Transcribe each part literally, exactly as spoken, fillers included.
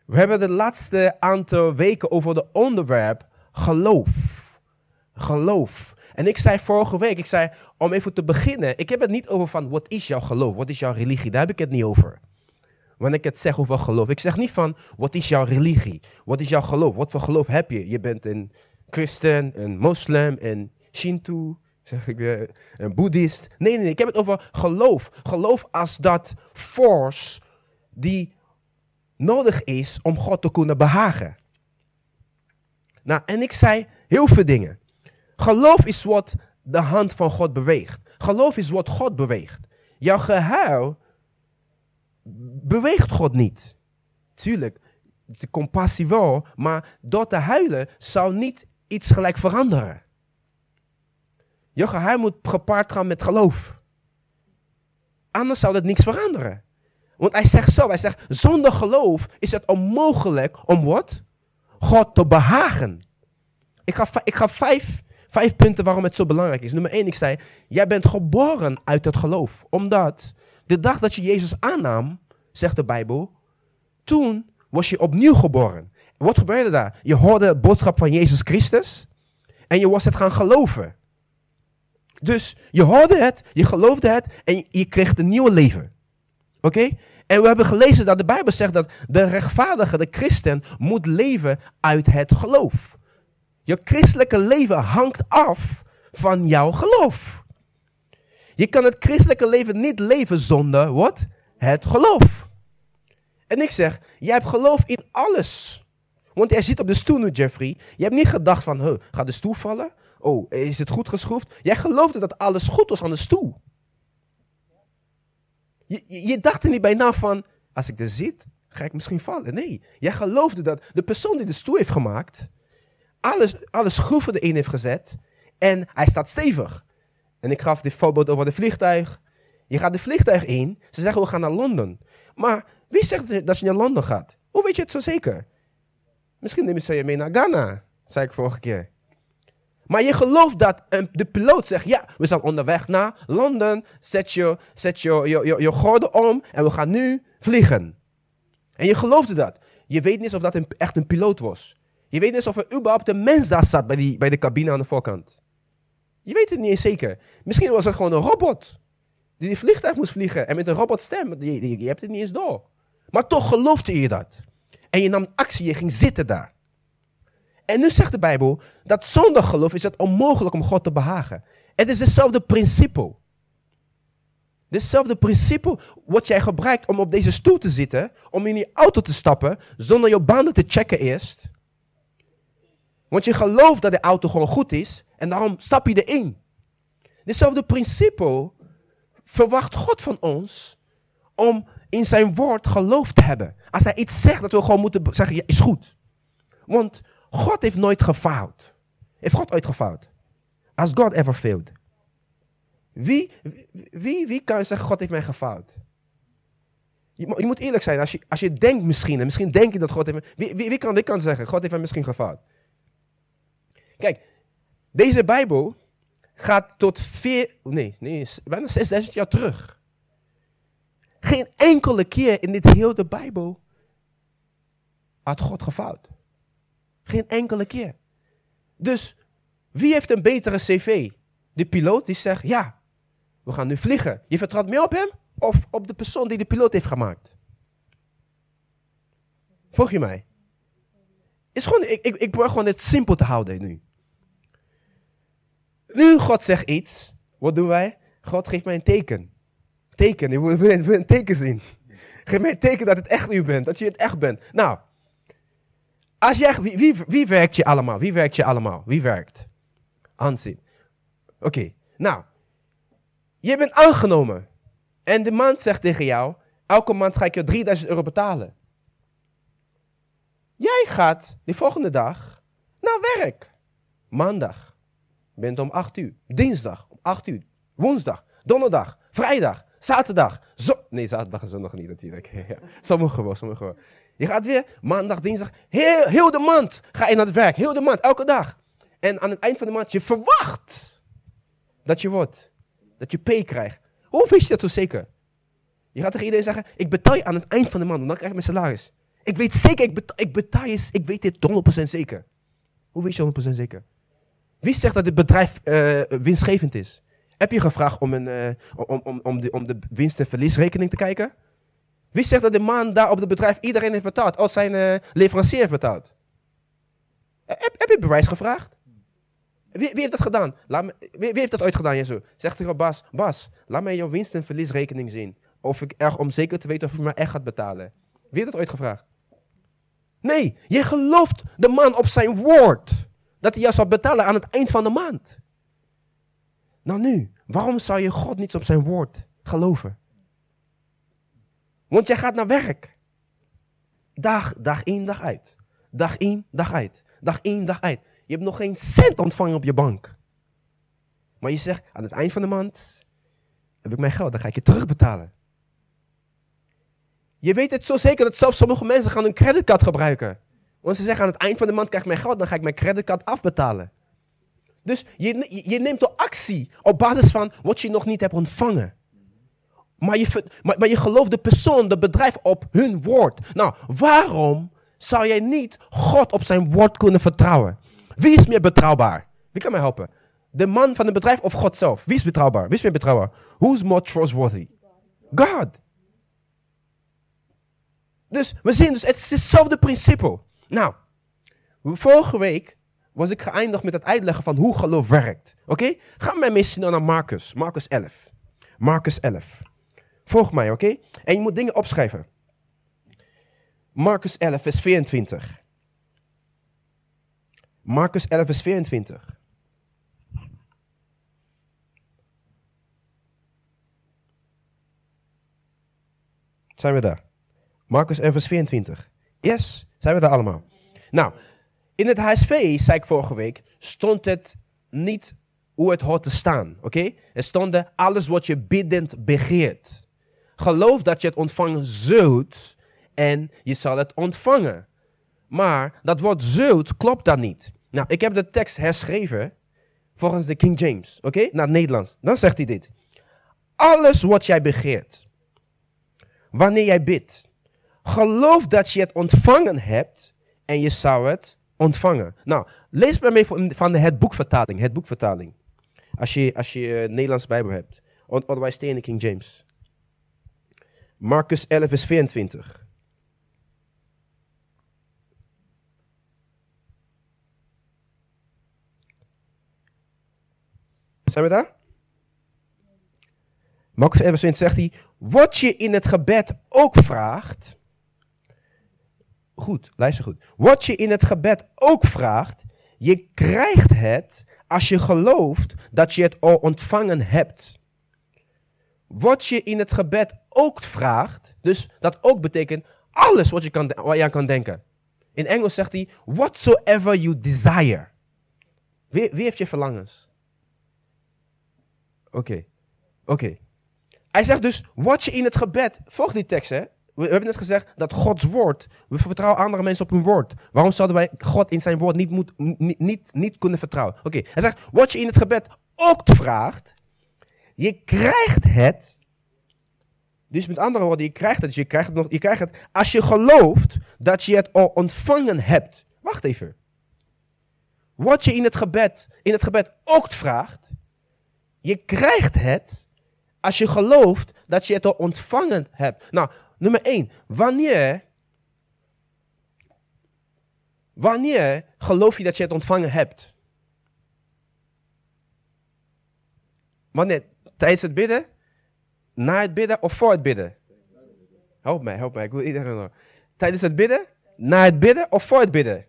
We hebben de laatste aantal weken over het onderwerp geloof. Geloof. En ik zei vorige week, ik zei, om even te beginnen, ik heb het niet over van, wat is jouw geloof? Wat is jouw religie? Daar heb ik het niet over. Wanneer ik het zeg over geloof. Ik zeg niet van, wat is jouw religie? Wat is jouw geloof? Wat voor geloof heb je? Je bent een christen, een moslim, een shinto, zeg ik, uh, een boeddhist. Nee, nee, nee, ik heb het over geloof. Geloof als dat force die nodig is om God te kunnen behagen. Nou, en ik zei heel veel dingen. Geloof is wat de hand van God beweegt. Geloof is wat God beweegt. Jouw gehuil beweegt God niet. Tuurlijk, de compassie wel, maar door te huilen zou niet iets gelijk veranderen. Je gehuil moet gepaard gaan met geloof. Anders zou dat niks veranderen. Want hij zegt zo, hij zegt, zonder geloof is het onmogelijk om wat? God te behagen. Ik ga, ik ga vijf, vijf punten waarom het zo belangrijk is. Nummer één, ik zei, jij bent geboren uit het geloof. Omdat de dag dat je Jezus aannam, zegt de Bijbel, toen was je opnieuw geboren. Wat gebeurde daar? Je hoorde de boodschap van Jezus Christus en je was het gaan geloven. Dus je hoorde het, je geloofde het en je, je kreeg een nieuw leven. Oké? Okay? En we hebben gelezen dat de Bijbel zegt dat de rechtvaardige, de christen, moet leven uit het geloof. Je christelijke leven hangt af van jouw geloof. Je kan het christelijke leven niet leven zonder wat? Het geloof. En ik zeg, jij hebt geloof in alles. Want jij zit op de stoel nu, Jeffrey. Je hebt niet gedacht van, huh, gaat de stoel vallen? Oh, is het goed geschroefd? Jij geloofde dat alles goed was aan de stoel. Je, je, je dacht er niet bij na van, als ik er zit, ga ik misschien vallen. Nee, jij geloofde dat de persoon die de stoel heeft gemaakt, alles, alle schroeven erin heeft gezet en hij staat stevig. En ik gaf dit voorbeeld over de vliegtuig. Je gaat de vliegtuig in, ze zeggen we gaan naar Londen. Maar wie zegt dat je naar Londen gaat? Hoe weet je het zo zeker? Misschien nemen ze je mee naar Ghana, zei ik vorige keer. Maar je gelooft dat um, de piloot zegt, ja, we zijn onderweg naar Londen, zet je, zet je, je, je, je gordel om en we gaan nu vliegen. En je geloofde dat. Je weet niet of dat een, echt een piloot was. Je weet niet of er überhaupt een mens daar zat bij, die, bij de cabine aan de voorkant. Je weet het niet eens zeker. Misschien was het gewoon een robot die die vliegtuig moest vliegen en met een robotstem, je, je, je hebt het niet eens door. Maar toch geloofde je dat. En je nam actie, je ging zitten daar. En nu zegt de Bijbel dat zonder geloof is het onmogelijk om God te behagen. Het is hetzelfde principe. Hetzelfde principe wat jij gebruikt om op deze stoel te zitten, om in je auto te stappen, zonder je banden te checken eerst. Want je gelooft dat de auto gewoon goed is en daarom stap je erin. Hetzelfde principe verwacht God van ons om in zijn woord geloof te hebben. Als hij iets zegt, dat we gewoon moeten zeggen, ja, is goed. Want God heeft nooit gefaald. Heeft God ooit gefaald? Has God ever failed? Wie, wie, wie kan zeggen, God heeft mij gefaald? Je, je moet eerlijk zijn, als je, als je denkt misschien, en misschien denk je dat God heeft... Wie, wie, wie, kan, wie kan zeggen, God heeft mij misschien gefaald? Kijk, deze Bijbel gaat tot vier... Nee, nee, bijna zesduizend jaar terug. Geen enkele keer in dit hele Bijbel had God gefaald. Geen enkele keer. Dus wie heeft een betere cv? De piloot die zegt, ja, we gaan nu vliegen. Je vertrouwt meer op hem of op de persoon die de piloot heeft gemaakt? Volg je mij? Is gewoon, ik, ik, ik probeer gewoon het simpel te houden nu. Nu God zegt iets, wat doen wij? God geeft mij een teken. Teken, ik wil, wil, wil een teken zien. Geef mij een teken dat het echt u bent, dat je het echt bent. Nou, als jij, wie, wie, wie werkt je allemaal? Wie werkt je allemaal? Wie werkt? Aanzien. Oké, okay. Nou, je bent aangenomen. En de maand zegt tegen jou, elke maand ga ik je drieduizend euro betalen. Jij gaat de volgende dag naar werk. Maandag. Je bent om acht uur. Dinsdag om acht uur. Woensdag. Donderdag. Vrijdag. Zaterdag. Zo nee, zaterdag en zondag niet natuurlijk. Ja, sommige wel, sommige wel. Je gaat weer maandag, dinsdag. Heel, heel de maand ga je naar het werk. Heel de maand, elke dag. En aan het eind van de maand, je verwacht dat je wordt. Dat je pay krijgt. Hoe wist je dat zo zeker? Je gaat tegen iedereen zeggen, ik betaal je aan het eind van de maand, want dan krijg je mijn salaris. Ik weet zeker, ik betaal, ik betaal je, ik weet dit honderd procent zeker. Hoe weet je honderd procent zeker? Wie zegt dat dit bedrijf uh, winstgevend is? Heb je gevraagd om, een, uh, om, om, om, de, om de winst- en verliesrekening te kijken? Wie zegt dat de man daar op het bedrijf iedereen heeft betaald? Als zijn uh, leverancier heeft betaald? Heb, heb je bewijs gevraagd? Wie, wie heeft dat gedaan? Laat me, wie, wie heeft dat ooit gedaan, Jezus? Zegt tegen Bas, Bas, laat mij jouw winst- en verliesrekening zien. Of ik er, om zeker te weten of je me echt gaat betalen. Wie heeft dat ooit gevraagd? Nee, je gelooft de man op zijn woord. Dat hij jou zal betalen aan het eind van de maand. Nou nu, waarom zou je God niet op zijn woord geloven? Want jij gaat naar werk. Dag, dag in, dag uit. Dag in, dag uit. Dag in, dag uit. Je hebt nog geen cent ontvangen op je bank. Maar je zegt, aan het eind van de maand heb ik mijn geld, dan ga ik je terugbetalen. Je weet het zo zeker dat zelfs sommige mensen gaan een creditcard gebruiken. Want ze zeggen, aan het eind van de maand krijg ik mijn geld, dan ga ik mijn creditcard afbetalen. Dus je, je neemt de actie op basis van wat je nog niet hebt ontvangen. Maar je, maar, maar je gelooft de persoon, de bedrijf op hun woord. Nou, waarom zou jij niet God op zijn woord kunnen vertrouwen? Wie is meer betrouwbaar? Wie kan mij helpen? De man van het bedrijf of God zelf? Wie is betrouwbaar? Wie is meer betrouwbaar? Who's more trustworthy? God. Dus we zien, dus het is hetzelfde principe. Nou, vorige week was ik geëindigd met het uitleggen van hoe geloof werkt. Oké? Okay? Ga met mij snel naar Marcus. Marcus elf. Marcus elf. Volg mij, oké? Okay? En je moet dingen opschrijven. Marcus elf, vers vierentwintig. Marcus elf, vers vierentwintig. Zijn we daar? Marcus elf, vers vierentwintig. Yes, zijn we daar allemaal? Nou, in het H S V, zei ik vorige week, stond het niet hoe het hoort te staan. Oké? Okay? Er stond alles wat je biddend begeert. Geloof dat je het ontvangen zult en je zal het ontvangen. Maar dat woord zult klopt dan niet. Nou, ik heb de tekst herschreven volgens de King James. Oké? Okay? Naar het Nederlands. Dan zegt hij dit. Alles wat jij begeert, wanneer jij bidt, geloof dat je het ontvangen hebt en je zou het ontvangen. Nou, lees bij mij van de Het Boekvertaling. Het Boekvertaling. Als je, als je uh, Nederlands Bijbel hebt. Otherwise stay in de King James. Marcus elf, vers vierentwintig. Zijn we daar? Marcus elf, vers vierentwintig zegt hij, wat je in het gebed ook vraagt. Goed, luister goed. Wat je in het gebed ook vraagt, je krijgt het als je gelooft dat je het al ontvangen hebt. Wat je in het gebed ook vraagt, dus dat ook betekent alles wat je, kan, wat je aan kan denken. In Engels zegt hij, whatsoever you desire. Wie, wie heeft je verlangens? Oké, okay. oké. Okay. Hij zegt dus, wat je in het gebed, volg die tekst hè. We, we hebben net gezegd dat Gods woord, we vertrouwen andere mensen op hun woord. Waarom zouden wij God in zijn woord niet, moet, niet, niet, niet kunnen vertrouwen? Oké, okay. Hij zegt, wat je in het gebed ook vraagt, je krijgt het. Dus met andere woorden, je krijgt het, dus je krijgt het nog, je krijgt het als je gelooft dat je het al ontvangen hebt. Wacht even. Wat je in het gebed, in het gebed ook vraagt, je krijgt het als je gelooft dat je het al ontvangen hebt. Nou, nummer één. Wanneer, wanneer geloof je dat je het ontvangen hebt? Wanneer? Tijdens het bidden? Na het bidden of voor het bidden? Help mij, help mij. Ik wil iedereen nog. Tijdens het bidden? Na het bidden of voor het bidden?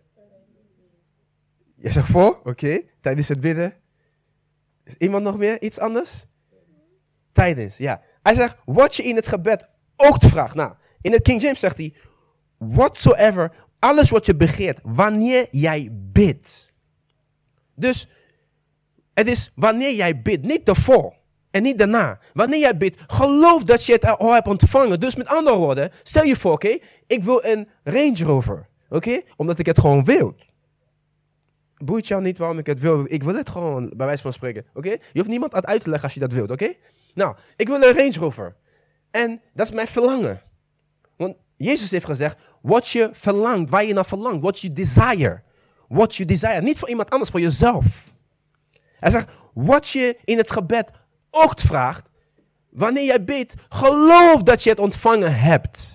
Je zegt voor? Oké. Okay. Tijdens het bidden. Is iemand nog meer? Iets anders? Tijdens, ja. Hij zegt, wat je in het gebed ook vraagt. Nou, in het King James zegt hij, whatsoever, alles wat je begeert, wanneer jij bidt. Dus, het is wanneer jij bidt, niet ervoor en niet daarna. Wanneer jij bidt, geloof dat je het al hebt ontvangen. Dus met andere woorden, stel je voor, oké, okay, ik wil een Range Rover, oké, okay, omdat ik het gewoon wil. Boeit jou niet waarom ik het wil, ik wil het gewoon, bij wijze van spreken, oké. Okay? Je hoeft niemand aan uit te leggen als je dat wilt, oké. Okay? Nou, ik wil een Range Rover. En dat is mijn verlangen. Want Jezus heeft gezegd, wat je verlangt, waar je naar verlangt, what you desire. What you desire. Niet voor iemand anders, voor jezelf. Hij zegt, wat je in het gebed ook vraagt, wanneer jij bidt, geloof dat je het ontvangen hebt.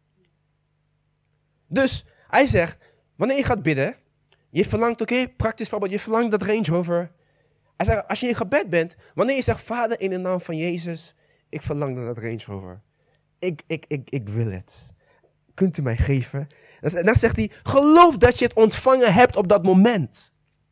Dus hij zegt, wanneer je gaat bidden, je verlangt, oké, okay, praktisch voorbeeld, je verlangt dat Range Rover. Hij zegt, als je in gebed bent, wanneer je zegt, Vader, in de naam van Jezus, ik verlang naar dat Range Rover. Ik, ik, ik, ik wil het. Kunt u mij geven? En dan zegt hij, geloof dat je het ontvangen hebt op dat moment.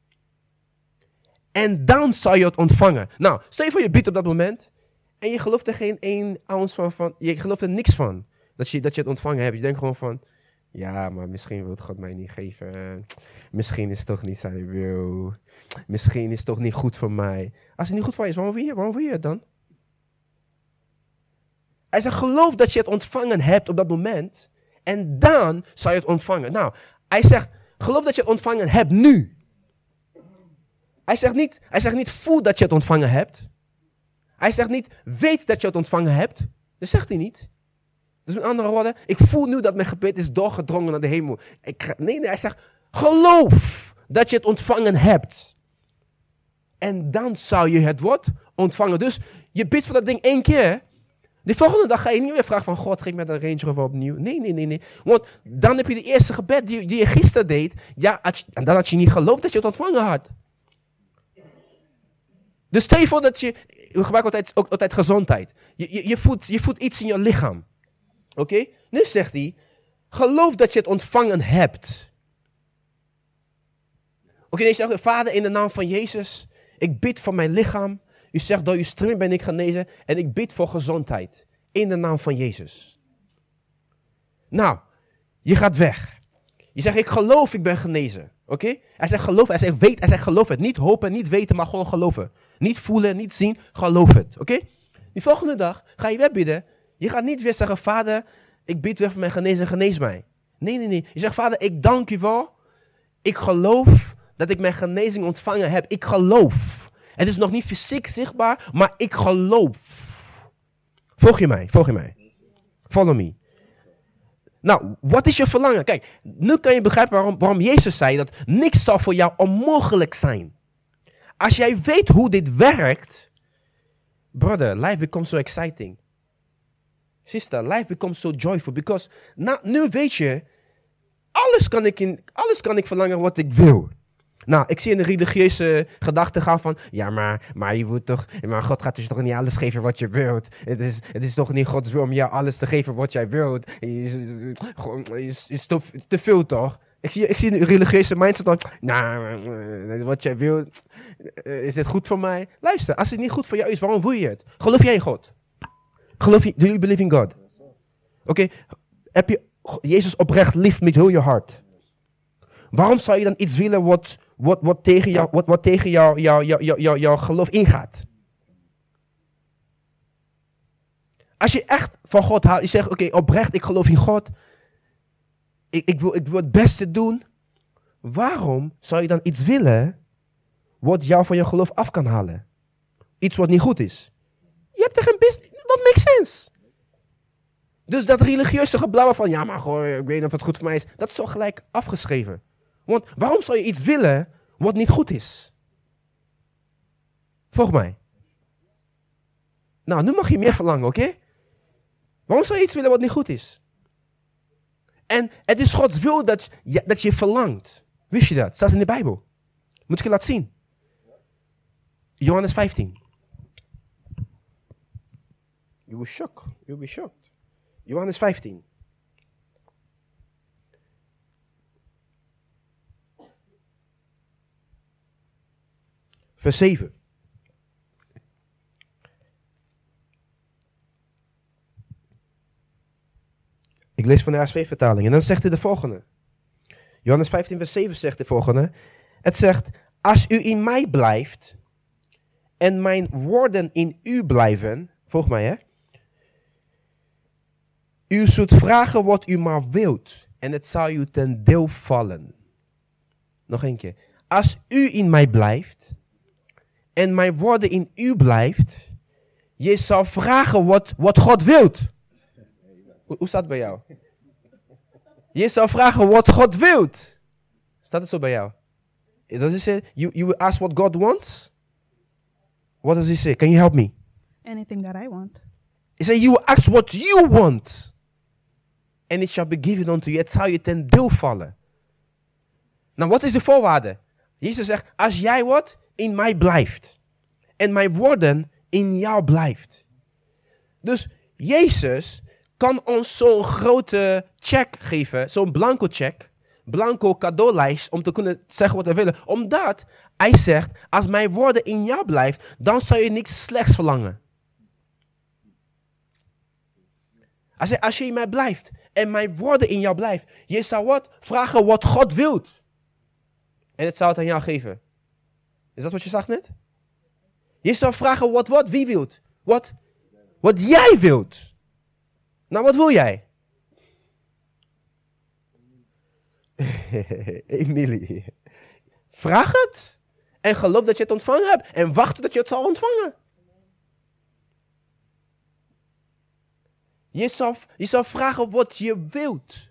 En dan zal je het ontvangen. Nou, stel je voor je bidt op dat moment. En je gelooft er geen één ounce van, van. Je gelooft er niks van. Dat je, dat je het ontvangen hebt. Je denkt gewoon van. Ja, maar misschien wil God mij niet geven. Misschien is het toch niet zijn wil. Misschien is het toch niet goed voor mij. Als het niet goed voor je is, waarom wil je, waarom wil je het dan? Hij zegt, geloof dat je het ontvangen hebt op dat moment. En dan zal je het ontvangen. Nou, hij zegt, geloof dat je het ontvangen hebt nu. Hij zegt niet, hij zegt niet, voel dat je het ontvangen hebt. Hij zegt niet, weet dat je het ontvangen hebt. Dat zegt hij niet. Dus met andere woorden, ik voel nu dat mijn gebed is doorgedrongen naar de hemel. Ik, nee, nee, hij zegt, geloof dat je het ontvangen hebt. En dan zou je het woord ontvangen. Dus je bidt voor dat ding één keer. De volgende dag ga je niet meer vragen van, God, geef mij dat Range Rover opnieuw. Nee, nee, nee, nee. Want dan heb je de eerste gebed die, die je gisteren deed. Ja, je, en dan had je niet geloofd dat je het ontvangen had. Dus stel je voor dat je, we gebruiken altijd, ook altijd gezondheid. Je, je, je, voelt, je voelt iets in je lichaam. Oké? Okay? Nu zegt hij, geloof dat je het ontvangen hebt. Oké, okay, nee, zegt, Vader, in de naam van Jezus, ik bid voor mijn lichaam. U zegt, door uw streng ben ik genezen en ik bid voor gezondheid. In de naam van Jezus. Nou, je gaat weg. Je zegt, ik geloof, ik ben genezen. Oké? Okay? Hij zegt, geloof, hij zegt, weet, hij zegt, geloof het. Niet hopen, niet weten, maar gewoon geloven. Niet voelen, niet zien, geloof het. Oké? Okay? Die volgende dag ga je weer bidden. Je gaat niet weer zeggen, Vader, ik bid weer voor mijn genezen, genees mij. Nee, nee, nee. Je zegt, Vader, ik dank u wel. Ik geloof dat ik mijn genezing ontvangen heb. Ik geloof. Het is nog niet fysiek zichtbaar, maar ik geloof. Volg je mij? Volg je mij? Follow me. Nou, wat is je verlangen? Kijk, nu kan je begrijpen waarom, waarom Jezus zei dat niks zal voor jou onmogelijk zijn. Als jij weet hoe dit werkt, brother, life becomes so exciting. Sister, life becomes so joyful. Because nou, nu weet je, alles kan, ik in, alles kan ik verlangen wat ik wil. Nou, ik zie in de religieuze gedachte gaan van, ja, maar, maar je moet toch, maar God gaat dus toch niet alles geven wat je wilt. Het is, het is toch niet Gods wil om jou alles te geven wat jij wilt. Het is, is, is te, te veel toch? Ik zie, ik zie in de religieuze mindset van, nou, wat jij wilt, is het goed voor mij? Luister, als het niet goed voor jou is, waarom wil je het? Geloof jij in God? Geloof je, do you believe in God? Oké, okay. Heb je Jezus oprecht lief met heel je hart? Waarom zou je dan iets willen wat, wat, wat tegen, jou, wat, wat tegen jou, jou, jou, jou, jou, jouw geloof ingaat? Als je echt van God houdt, je zegt, oké, okay, oprecht, ik geloof in God. Ik, ik, wil, ik wil het beste doen. Waarom zou je dan iets willen wat jou van je geloof af kan halen? Iets wat niet goed is. Je hebt er geen business. Dat makes sense. Dus dat religieuze geblauwe van, ja maar goh, ik weet niet of het goed voor mij is. Dat is zo gelijk afgeschreven. Want waarom zou je iets willen wat niet goed is? Volg mij. Nou, nu mag je meer verlangen, oké? Okay? Waarom zou je iets willen wat niet goed is? En het is Gods wil dat je, dat je verlangt. Wist je dat? Het staat in de Bijbel. Moet ik je laten zien. Johannes vijftien. You will shock. You'll be shocked. Johannes vijftien. Vers zeven. Ik lees van de A S V-vertaling en dan zegt hij de volgende. Johannes vijftien vers zeven zegt de volgende. Het zegt, als u in mij blijft en mijn woorden in u blijven, volg mij hè. U zult vragen wat u maar wilt en het zal u ten deel vallen. Nog een keer. Als u in mij blijft en mijn woorden in u blijft, je zal vragen wat, wat God wilt. Hoe, hoe staat het bij jou? Je zou vragen wat God wilt. Staat het zo bij jou? Does it say, you, you will ask what God wants? What does he say? Can you help me? Anything that I want. He said, you will ask what you want. And it shall be given unto you. Het zal je ten deel vallen. Nou, wat is de voorwaarde? Jezus zegt, als jij wat in mij blijft. En mijn woorden in jou blijft. Dus Jezus kan ons zo'n grote check geven. Zo'n blanco check. Blanco cadeaulijst. Om te kunnen zeggen wat we willen. Omdat hij zegt, als mijn woorden in jou blijft. Dan zal je niks slechts verlangen. Hij zegt, als je in mij blijft. En mijn woorden in jou blijft. Je zou wat vragen wat God wilt. En het zou het aan jou geven. Is dat wat je zag net? Je zou vragen wat wat wie wilt. Wat? Wat jij wilt. Nou, wat wil jij? Emilie. Vraag het. En geloof dat je het ontvangen hebt. En wacht dat je het zal ontvangen. Je zou, je zou vragen wat je wilt.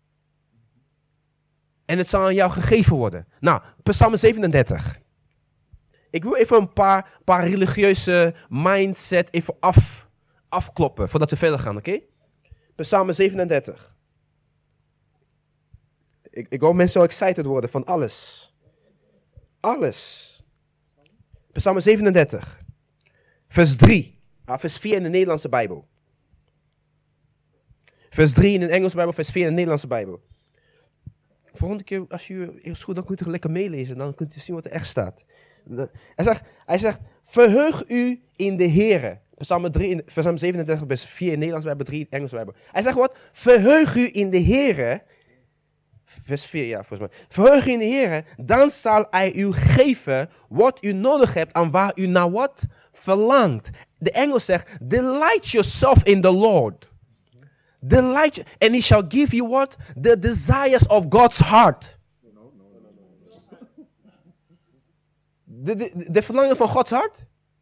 En het zal aan jou gegeven worden. Nou, Psalm zevenendertig. Ik wil even een paar, paar religieuze mindset even af, afkloppen. Voordat we verder gaan, oké? Okay? Psalm zevenendertig. Ik, ik hoor mensen zo excited worden van alles. Alles. Psalm zevenendertig. Vers drie. Ah, vers vier in de Nederlandse Bijbel. Vers drie in de Engelse Bijbel, vers vier in de Nederlandse Bijbel. Volgende keer, als je is goed, dan kunt u lekker meelezen. Dan kunt u zien wat er echt staat. Hij zegt, hij zegt verheug u in de Here. Psalm, drie, Psalm zevenendertig, vers vier in Nederlands Bijbel, drie in Engelse Bijbel. Hij zegt wat? Verheug u in de Here. Vers vier, ja, volgens mij. Verheug u in de Here, dan zal hij u geven wat u nodig hebt en waar u naar wat verlangt. De Engels zegt, delight yourself in the Lord. Delight, and he shall give you what? The desires of God's heart. De, de, de verlangen van Gods hart?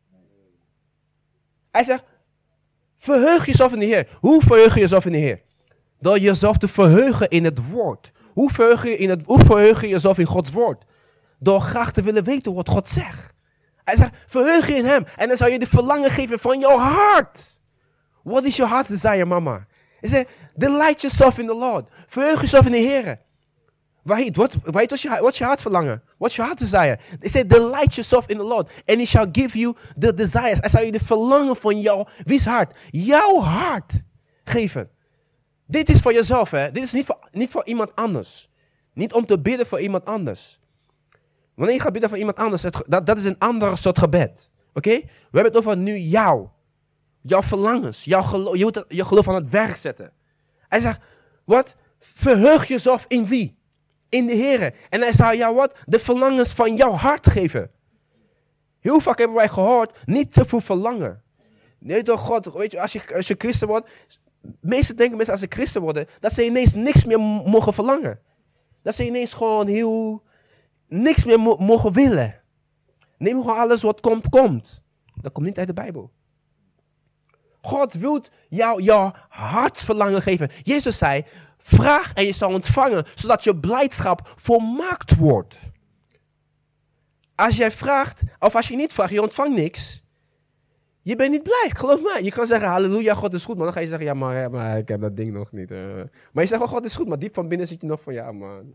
Hij zegt, verheug jezelf in de Heer. Hoe verheug je jezelf in de Heer? Door jezelf te verheugen in het woord. Hoe verheug je, in het, hoe verheug je jezelf in Gods woord? Door graag te willen weten wat God zegt. Hij zegt, verheug je in hem. En dan zal je de verlangen geven van jouw hart. What is your heart's desire, mama? Hij zegt, delight yourself in the Lord. Verheug jezelf in de Heer. Wait, what, wait, what's your, what's your heart verlangen? What's your heart desire? They say, delight yourself in the Lord. And he shall give you the desires. Hij zal je de verlangen van jou, wie's hart? Jouw hart geven. Dit is voor jezelf, hè. Dit is niet voor, niet voor iemand anders. Niet om te bidden voor iemand anders. Wanneer je gaat bidden voor iemand anders, het, dat, dat is een ander soort gebed. Oké? Okay? We hebben het over nu jou. Jouw verlangens. Jouw geloof, je moet het, je geloof aan het werk zetten. Hij zegt, wat? Verheug jezelf in wie? In de Heer. En hij zal jou wat? De verlangens van jouw hart geven. Heel vaak hebben wij gehoord, niet te veel verlangen. Nee, door God, weet je, als je, als je christen wordt, meestal denken mensen als ze christen worden, dat ze ineens niks meer mogen verlangen. Dat ze ineens gewoon heel, niks meer mo- mogen willen. Neem gewoon alles wat komt, komt. Dat komt niet uit de Bijbel. God wil jou jouw hartverlangen geven. Jezus zei, vraag en je zal ontvangen, zodat je blijdschap volmaakt wordt. Als jij vraagt, of als je niet vraagt, je ontvangt niks. Je bent niet blij, geloof mij. Je kan zeggen, halleluja, God is goed. Maar dan ga je zeggen, ja maar, ja, maar ik heb dat ding nog niet. Uh. Maar je zegt, oh, God is goed. Maar diep van binnen zit je nog van, ja man.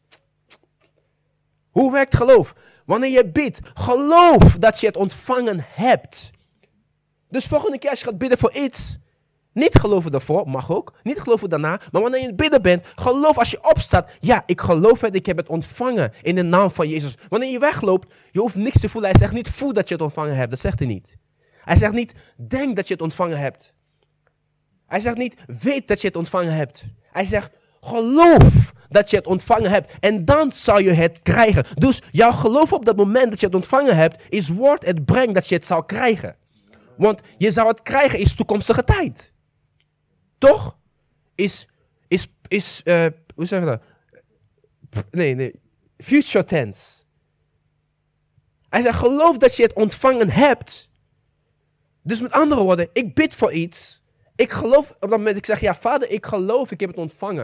Hoe werkt geloof? Wanneer je bidt, geloof dat je het ontvangen hebt. Dus volgende keer als je gaat bidden voor iets, niet geloven daarvoor, mag ook. Niet geloven daarna. Maar wanneer je in het bidden bent, geloof als je opstaat. Ja, ik geloof het, ik heb het ontvangen in de naam van Jezus. Wanneer je wegloopt, je hoeft niks te voelen. Hij zegt niet, voel dat je het ontvangen hebt. Dat zegt hij niet. Hij zegt niet, denk dat je het ontvangen hebt. Hij zegt niet, weet dat je het ontvangen hebt. Hij zegt, geloof dat je het ontvangen hebt. En dan zal je het krijgen. Dus jouw geloof op dat moment dat je het ontvangen hebt, is woord het brengt dat je het zal krijgen. Want je zou het krijgen is toekomstige tijd. Toch? Is, is, is, uh, hoe zeg je dat? Nee, nee, future tense. Hij zegt, geloof dat je het ontvangen hebt. Dus met andere woorden, ik bid voor iets. Ik geloof op dat moment, ik zeg, ja vader, ik geloof, ik heb het ontvangen.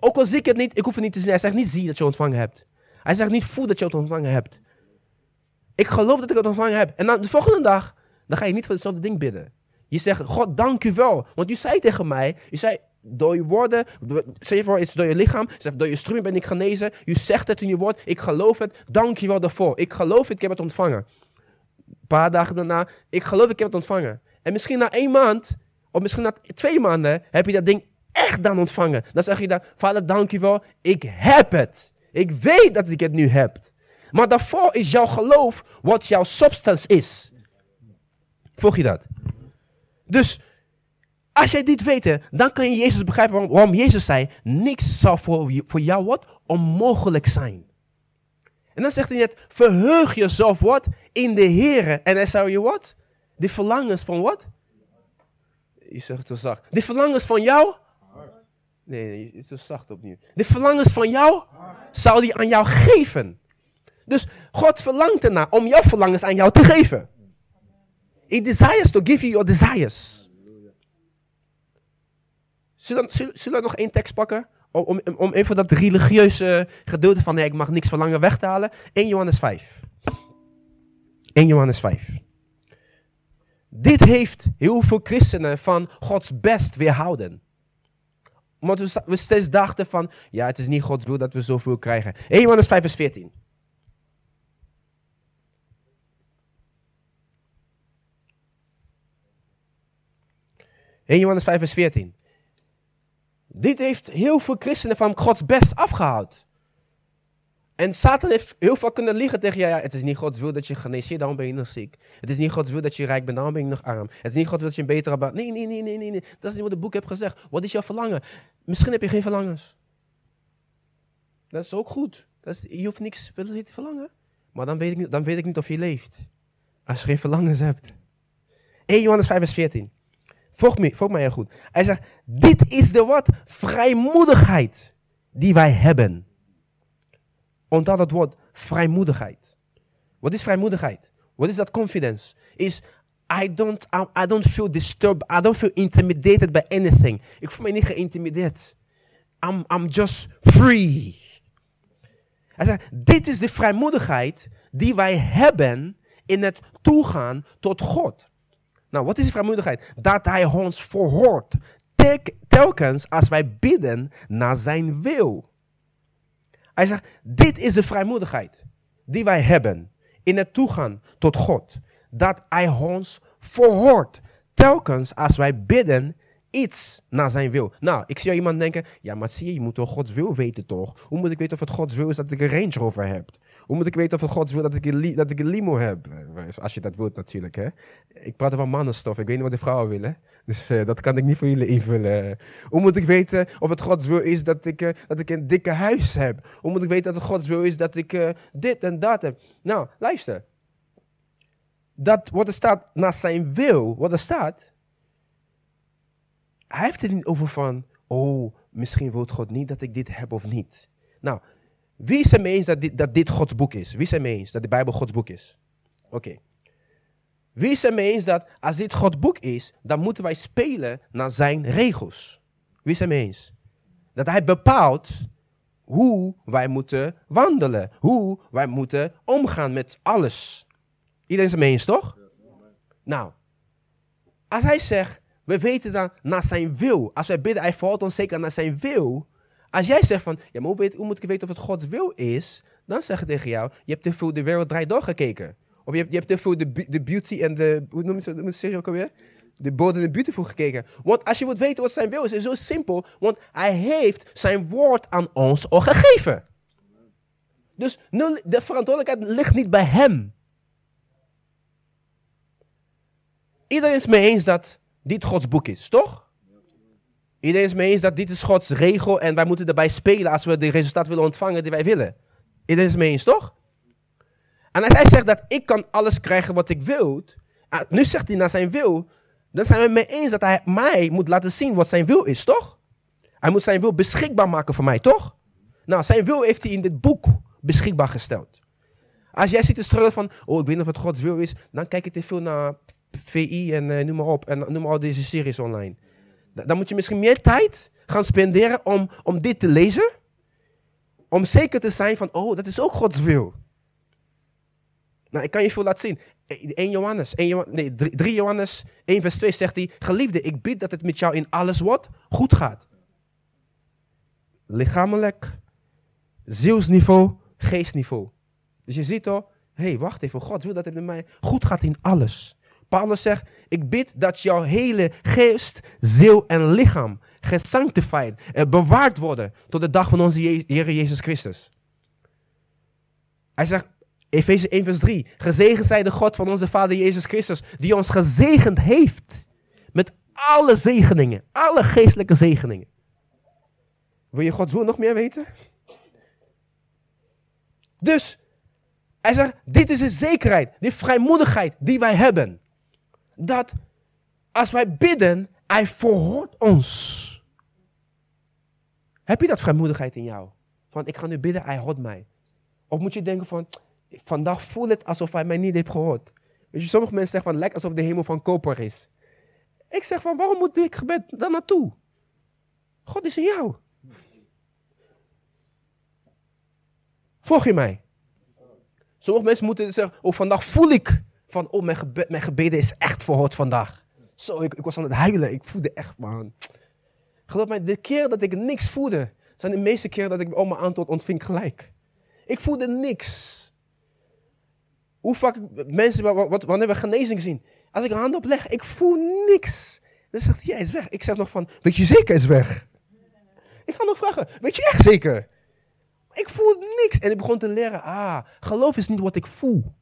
Ook al zie ik het niet, ik hoef het niet te zien. Hij zegt niet zie dat je ontvangen hebt. Hij zegt niet voel dat je het ontvangen hebt. Ik geloof dat ik het ontvangen heb. En dan de volgende dag, dan ga je niet voor hetzelfde ding bidden. Je zegt, God, dank u wel. Want u zei tegen mij, u zei, door je woorden, zeg je voor, het is door je lichaam, zegt, door je strumen ben ik genezen. U zegt het in je woord, ik geloof het, dank je wel daarvoor. Ik geloof het, ik heb het ontvangen. Een paar dagen daarna, ik geloof ik heb het ontvangen. En misschien na één maand, of misschien na twee maanden, heb je dat ding echt dan ontvangen. Dan zeg je dan, vader, dank je wel, ik heb het. Ik weet dat ik het nu heb. Maar daarvoor is jouw geloof wat jouw substance is. Volg je dat? Dus, als jij dit weet, dan kan je Jezus begrijpen waarom, waarom Jezus zei, niks zal voor, voor jou wat onmogelijk zijn. En dan zegt hij net, verheug jezelf wat in de Here. En hij zou je wat? De verlangens van wat? Je zegt het zo zacht. De verlangens van jou? Nee, nee, het is zo zacht opnieuw. De verlangens van jou zal hij aan jou geven. Dus God verlangt ernaar om jouw verlangens aan jou te geven. He desires to give you your desires. Zullen we nog één tekst pakken? Om, om, om even dat religieuze gedeelte van nee, ik mag niks verlangen weg te halen. Eerste Johannes vijf. Eerste Johannes vijf. Dit heeft heel veel christenen van Gods best weerhouden. Omdat we, we steeds dachten van, ja, het is niet Gods wil dat we zoveel krijgen. Eerste Johannes vijf vers veertien. Eerste Johannes vijf vers veertien. Dit heeft heel veel christenen van Gods best afgehaald. En Satan heeft heel veel kunnen liegen tegen je. Ja, het is niet Gods wil dat je geneest bent, daarom ben je nog ziek. Het is niet Gods wil dat je rijk bent, daarom ben je nog arm. Het is niet Gods wil dat je een betere baan. Nee, nee, nee, nee, nee, nee. Dat is niet wat het boek heeft gezegd. Wat is jouw verlangen? Misschien heb je geen verlangens. Dat is ook goed. Dat is, je hoeft niks te verlangen. Maar dan weet, ik, dan weet ik niet of je leeft. Als je geen verlangens hebt. Eerste Johannes vijf vers veertien. Volg me, volg mij heel goed. Hij zegt, dit is de wat? Vrijmoedigheid die wij hebben. Onthoud dat woord, vrijmoedigheid. Wat is vrijmoedigheid? Wat is dat confidence? Is, I don't, I, I don't feel disturbed, I don't feel intimidated by anything. Ik voel me niet geïntimideerd. I'm, I'm just free. Hij zegt, dit is de vrijmoedigheid die wij hebben in het toegaan tot God. Nou, wat is vrijmoedigheid? Dat hij ons verhoort. Telkens als wij bidden naar zijn wil. Hij zegt, dit is de vrijmoedigheid die wij hebben in het toegaan tot God. Dat hij ons verhoort. Telkens als wij bidden iets naar zijn wil. Nou, ik zie jou iemand denken, ja, maar zie je, je moet toch Gods wil weten toch? Hoe moet ik weten of het Gods wil is dat ik een Range Rover heb? Hoe moet ik weten of het Gods wil dat ik een, li- dat ik een limo heb? Als je dat wilt natuurlijk, hè. Ik praat over mannenstof, ik weet niet wat de vrouwen willen. Dus uh, dat kan ik niet voor jullie invullen. Hoe moet ik weten of het Gods wil is dat ik, uh, dat ik een dikke huis heb? Hoe moet ik weten dat het Gods wil is dat ik uh, dit en dat heb? Nou, luister. Dat wat er staat naar zijn wil, wat er staat... Hij heeft het niet over van, oh, misschien wil God niet dat ik dit heb of niet. Nou, wie is er mee eens dat dit, dat dit Gods boek is? Wie is er mee eens dat de Bijbel Gods boek is? Oké. Okay. Wie is er mee eens dat als dit Gods boek is, dan moeten wij spelen naar zijn regels? Wie is er mee eens? Dat hij bepaalt hoe wij moeten wandelen. Hoe wij moeten omgaan met alles. Iedereen is er mee eens, toch? Nou, als hij zegt, we weten dan naar zijn wil. Als wij bidden, hij verhoudt ons zeker naar zijn wil. Als jij zegt van, ja, maar hoe, weet, hoe moet ik weten of het Gods wil is? Dan zeg ik tegen jou, je hebt te veel De Wereld Draait Door gekeken. Of je hebt, je hebt te veel de, de Beauty en de, hoe noem je de serie ook alweer? De Bold and the Beautiful gekeken. Want als je wilt weten wat zijn wil is, is het zo simpel. Want hij heeft zijn woord aan ons al gegeven. Dus de verantwoordelijkheid ligt niet bij hem. Iedereen is mee eens dat dit Gods boek is, toch? Iedereen is mee eens dat dit is Gods regel en wij moeten erbij spelen als we de resultaat willen ontvangen die wij willen. Iedereen is mee eens, toch? En als hij zegt dat ik kan alles krijgen wat ik wil, nu zegt hij naar zijn wil, dan zijn we mee eens dat hij mij moet laten zien wat zijn wil is, toch? Hij moet zijn wil beschikbaar maken voor mij, toch? Nou, zijn wil heeft hij in dit boek beschikbaar gesteld. Als jij ziet de struggle van, oh, ik weet niet of het Gods wil is, dan kijk je te veel naar V I en uh, noem maar op. En noem maar al deze series online. Dan moet je misschien meer tijd gaan spenderen om, om dit te lezen. Om zeker te zijn van, oh, dat is ook Gods wil. Nou, ik kan je veel laten zien. één Johannes, één Johannes nee, drie Johannes, één vers twee zegt hij, geliefde, ik bid dat het met jou in alles wat goed gaat. Lichamelijk, zielsniveau, geestniveau. Dus je ziet al, hé, hey, wacht even, God wil dat het met mij goed gaat in alles. Paulus zegt, ik bid dat jouw hele geest, ziel en lichaam gesanctified, eh, bewaard worden tot de dag van onze Je- Heer Jezus Christus. Hij zegt, Efeze één vers drie, gezegend zij de God van onze Vader Jezus Christus, die ons gezegend heeft met alle zegeningen, alle geestelijke zegeningen. Wil je Gods wil nog meer weten? Dus, hij zegt, dit is de zekerheid, die vrijmoedigheid die wij hebben. Dat als wij bidden, hij verhoort ons. Heb je dat vrijmoedigheid in jou? Van, ik ga nu bidden, hij hoort mij. Of moet je denken van, vandaag voel het alsof hij mij niet heeft gehoord. Weet je, sommige mensen zeggen van, lijkt alsof de hemel van koper is. Ik zeg van, waarom moet ik gebed dan naartoe? God is in jou. Volg je mij? Sommige mensen moeten zeggen, oh, vandaag voel ik van, oh, mijn, gebed, mijn gebeden is echt verhoord vandaag. Zo, ik, ik was aan het huilen. Ik voelde echt, man. Geloof mij, de keer dat ik niks voelde, zijn de meeste keren dat ik oh, mijn antwoord ontving gelijk. Ik voelde niks. Hoe vaak mensen, wat, wanneer we genezing zien, als ik een hand opleg, ik voel niks. Dan zegt hij, ja, hij is weg. Ik zeg nog van, weet je zeker, hij is weg? Ik ga nog vragen, weet je echt zeker? Ik voel niks. En ik begon te leren, ah, geloof is niet wat ik voel.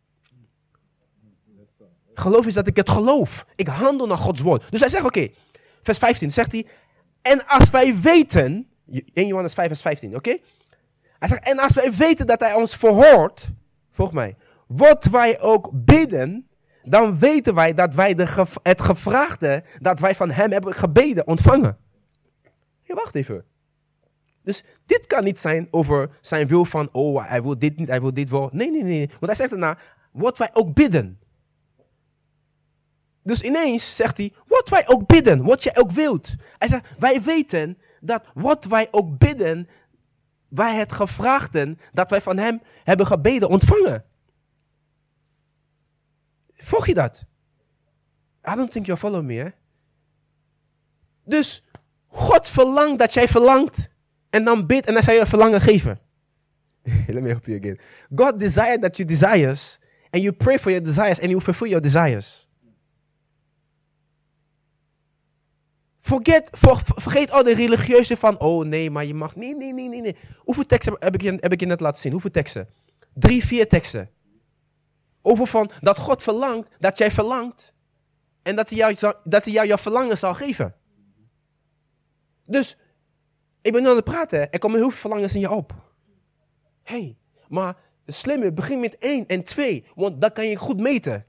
Geloof is dat ik het geloof. Ik handel naar Gods woord. Dus hij zegt, oké, okay, vers vijftien, zegt hij, en als wij weten, één Johannes vijf vers vijftien, oké? Okay? Hij zegt, en als wij weten dat hij ons verhoort, volg mij, wat wij ook bidden, dan weten wij dat wij de gev- het gevraagde, dat wij van hem hebben gebeden, ontvangen. Hey, wacht even. Dus dit kan niet zijn over zijn wil van, oh, hij wil dit niet, hij wil dit wel. Nee, nee, nee. Want hij zegt daarna, wat wij ook bidden. Dus ineens zegt hij, wat wij ook bidden, wat jij ook wilt. Hij zegt, wij weten dat wat wij ook bidden, wij het gevraagden, dat wij van hem hebben gebeden, ontvangen. Volg je dat? I don't think you follow me, hè? Dus God verlangt dat jij verlangt en dan bidt en dan zal je verlangen geven. Let me help you again. God desired that you desires and you pray for your desires and he will fulfill your desires. Forget, ver, vergeet al de religieuze van, oh nee, maar je mag, nee, nee, nee, nee. nee. Hoeveel teksten heb ik, je, heb ik je net laten zien? Hoeveel teksten? Drie, vier teksten. Over van, dat God verlangt, dat jij verlangt. En dat hij jou, dat hij jou jouw verlangen zal geven. Dus, ik ben nu aan het praten, er komen heel veel verlangens in je op. Hé, hey, maar de slimme, begin met één en twee, want dan kan je goed meten.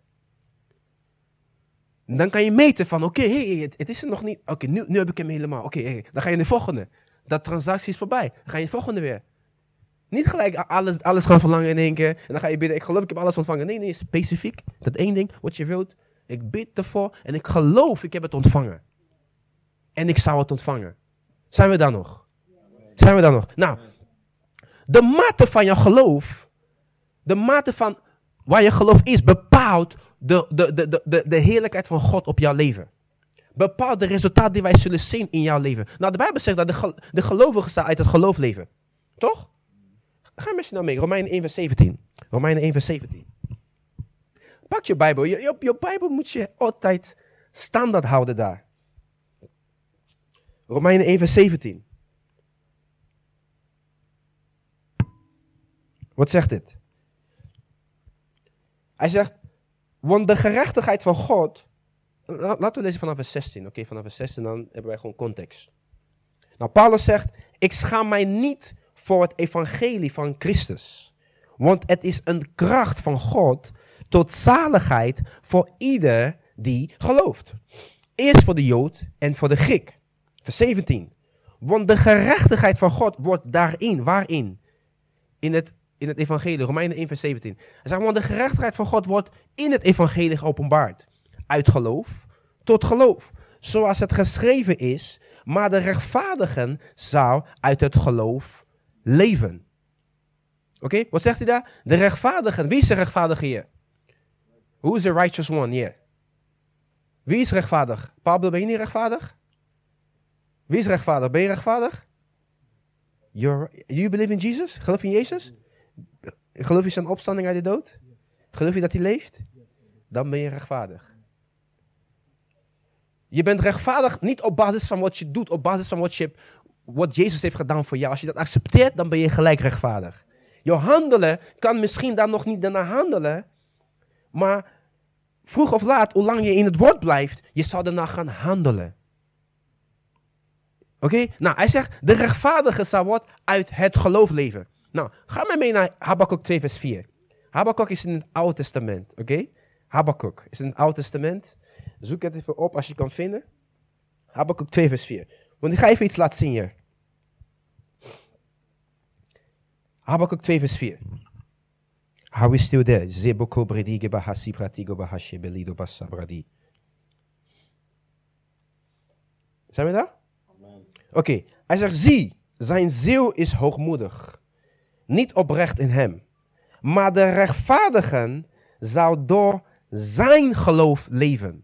Dan kan je meten van, oké, okay, hey, het, het is er nog niet. Oké, okay, nu, nu heb ik hem helemaal. Oké, okay, hey, dan ga je naar de volgende. Dat transactie is voorbij. Dan ga je de volgende weer. Niet gelijk alles, alles gaan verlangen in één keer. En dan ga je bidden, ik geloof ik heb alles ontvangen. Nee, nee, specifiek. Dat één ding, wat je wilt. Ik bid ervoor en ik geloof, ik heb het ontvangen. En ik zou het ontvangen. Zijn we daar nog? Zijn we daar nog? Nou, de mate van je geloof, de mate van waar je geloof is, bepaalt de, de, de, de, de, de heerlijkheid van God op jouw leven. Bepaalt de resultaat die wij zullen zien in jouw leven. Nou, de Bijbel zegt dat de, gel- de gelovigen uit het geloof leven. Toch? Ga met je nou mee. Romeinen één vers zeventien. Romeinen één vers zeventien. Pak je Bijbel. Je, je, je Bijbel moet je altijd standaard houden daar. Romeinen één vers zeventien. Wat zegt dit? Hij zegt, want de gerechtigheid van God. Laten we lezen vanaf vers zestien. Oké, okay, vanaf vers zestien dan hebben wij gewoon context. Nou, Paulus zegt, ik schaam mij niet voor het evangelie van Christus. Want het is een kracht van God tot zaligheid voor ieder die gelooft. Eerst voor de Jood en voor de Griek. Vers zeventien. Want de gerechtigheid van God wordt daarin, waarin? In het, in het evangelie, Romeinen één vers zeventien. Hij zegt, want de gerechtigheid van God wordt in het evangelie geopenbaard. Uit geloof tot geloof. zoals het geschreven is, maar de rechtvaardigen zou uit het geloof leven. Oké, okay? Wat zegt hij daar? De rechtvaardigen. Wie is de rechtvaardige hier? Who is the righteous one here? Wie is rechtvaardig? Pablo, ben je niet rechtvaardig? Wie is rechtvaardig? Ben je rechtvaardig? You're, you believe in Jesus? Geloof je in Jezus? Geloof je zijn opstanding uit de dood? Geloof je dat hij leeft? Dan ben je rechtvaardig. Je bent rechtvaardig niet op basis van wat je doet, op basis van wat, je, wat Jezus heeft gedaan voor jou. Als je dat accepteert, dan ben je gelijk rechtvaardig. Je handelen kan misschien dan nog niet daarna handelen, maar vroeg of laat, hoe lang je in het woord blijft, je zal daarna gaan handelen. Oké? Okay? Nou, hij zegt, de rechtvaardige zal wat uit het geloof leven. Nou, ga maar mee naar Habakuk twee vers vier. Habakuk is in het Oude Testament, oké? Okay? Habakuk is in het Oude Testament. Zoek het even op als je kan vinden. Habakuk twee vers vier. Want ik ga even iets laten zien hier. Habakuk twee vers vier. How is still there? Zeboko bredi bahasi pratigo bahashe belido basabradi. Zijn we daar? Oké, okay. Hij zegt, zie, zijn ziel is hoogmoedig, niet oprecht in hem. Maar de rechtvaardigen zou door zijn geloof leven.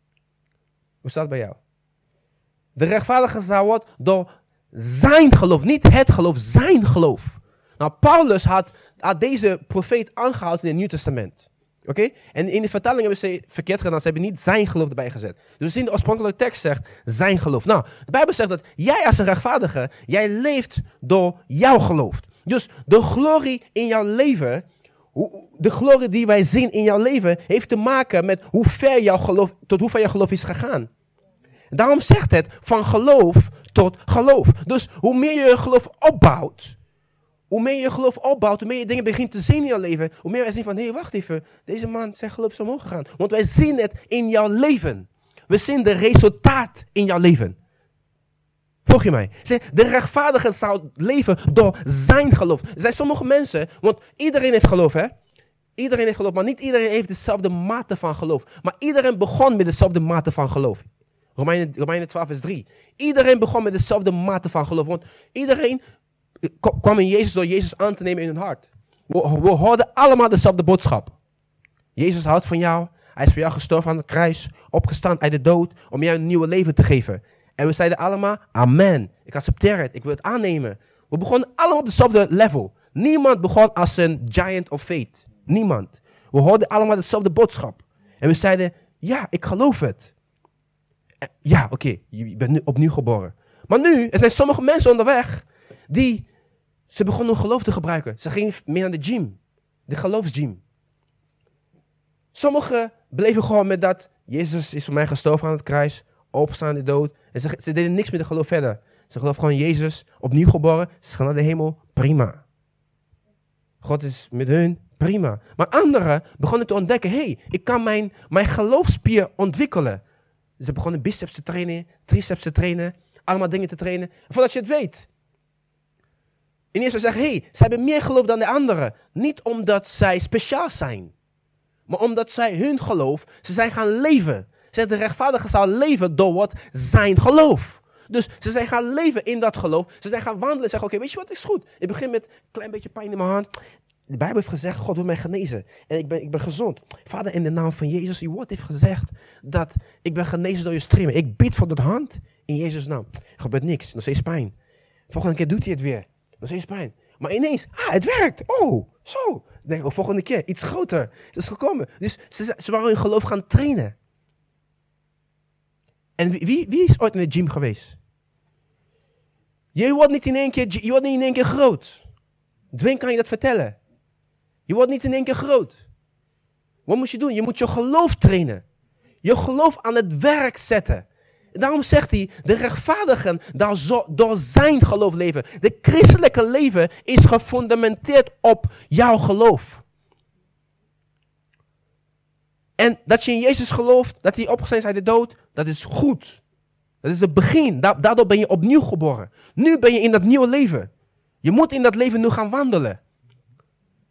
Hoe staat het bij jou? De rechtvaardige zou wat door zijn geloof, niet het geloof, zijn geloof. Nou, Paulus had, had deze profeet aangehaald in het Nieuw Testament. Oké? Okay? En in de vertaling hebben ze verkeerd gedaan. Ze hebben niet zijn geloof erbij gezet. Dus we zien de oorspronkelijke tekst zegt zijn geloof. Nou, de Bijbel zegt dat jij als een rechtvaardige, jij leeft door jouw geloof. Dus de glorie in jouw leven, de glorie die wij zien in jouw leven, heeft te maken met hoe ver jouw geloof, tot hoe ver jouw geloof is gegaan. Daarom zegt het van geloof tot geloof. Dus hoe meer je je geloof opbouwt, hoe meer je geloof opbouwt, hoe meer je dingen begint te zien in jouw leven, hoe meer wij zien van, hé, hey, wacht even, deze man, zijn geloof is omhoog gegaan. Want wij zien het in jouw leven. We zien de resultaat in jouw leven. Volg je mij? De rechtvaardige zou leven door zijn geloof. Er zijn sommige mensen, want iedereen heeft geloof, hè? Iedereen heeft geloof, maar niet iedereen heeft dezelfde mate van geloof. Maar iedereen begon met dezelfde mate van geloof. Romeinen, Romeinen twaalf vers drie. Iedereen begon met dezelfde mate van geloof, want iedereen kwam in Jezus door Jezus aan te nemen in hun hart. We, we hoorden allemaal dezelfde boodschap. Jezus houdt van jou. Hij is voor jou gestorven aan het kruis, opgestaan uit de dood, om jou een nieuw leven te geven. En we zeiden allemaal, amen. Ik accepteer het, ik wil het aannemen. We begonnen allemaal op dezelfde level. Niemand begon als een giant of faith. Niemand. We hoorden allemaal dezelfde boodschap. En we zeiden, ja, ik geloof het. Ja, oké, okay, je bent nu opnieuw geboren. Maar nu, er zijn sommige mensen onderweg die, ze begonnen hun geloof te gebruiken. Ze gingen meer naar de gym. De geloofsgym. Sommigen bleven gewoon met dat, Jezus is voor mij gestorven aan het kruis, opstaan in de dood. En ze, ze deden niks met de geloof verder. Ze geloven gewoon in Jezus, opnieuw geboren, ze gaan naar de hemel, prima. God is met hun, prima. Maar anderen begonnen te ontdekken, hé, hey, ik kan mijn, mijn geloofspier ontwikkelen. Ze begonnen biceps te trainen, triceps te trainen, allemaal dingen te trainen. En voordat je het weet, ineens ze zeggen, hé, hey, zij hebben meer geloof dan de anderen. Niet omdat zij speciaal zijn, maar omdat zij hun geloof, ze zijn gaan leven. Ze de rechtvaardige zou leven door wat zijn geloof. Dus ze zijn gaan leven in dat geloof. Ze zijn gaan wandelen en zeggen, oké, okay, weet je wat is goed? Ik begin met een klein beetje pijn in mijn hand. De Bijbel heeft gezegd, God wil mij genezen. En ik ben, ik ben gezond. Vader, in de naam van Jezus, uw woord heeft gezegd dat ik ben genezen door je streamen. Ik bid voor dat hand in Jezus' naam. Er gebeurt niks, nog steeds pijn. Volgende keer doet hij het weer. Nog steeds pijn. Maar ineens, ah, het werkt. Oh, zo. Nee, de volgende keer, iets groter. Het is gekomen. Dus ze, ze waren hun geloof gaan trainen. En wie, wie, wie is ooit in de gym geweest? Je wordt niet in één keer, je wordt niet in één keer groot. Dwing kan je dat vertellen. Je wordt niet in één keer groot. Wat moet je doen? Je moet je geloof trainen. Je geloof aan het werk zetten. En daarom zegt hij, de rechtvaardigen door zijn geloof leven. De christelijke leven is gefundamenteerd op jouw geloof. En dat je in Jezus gelooft, dat hij opgestaan is uit de dood, dat is goed. Dat is het begin. Daardoor ben je opnieuw geboren. Nu ben je in dat nieuwe leven. Je moet in dat leven nu gaan wandelen.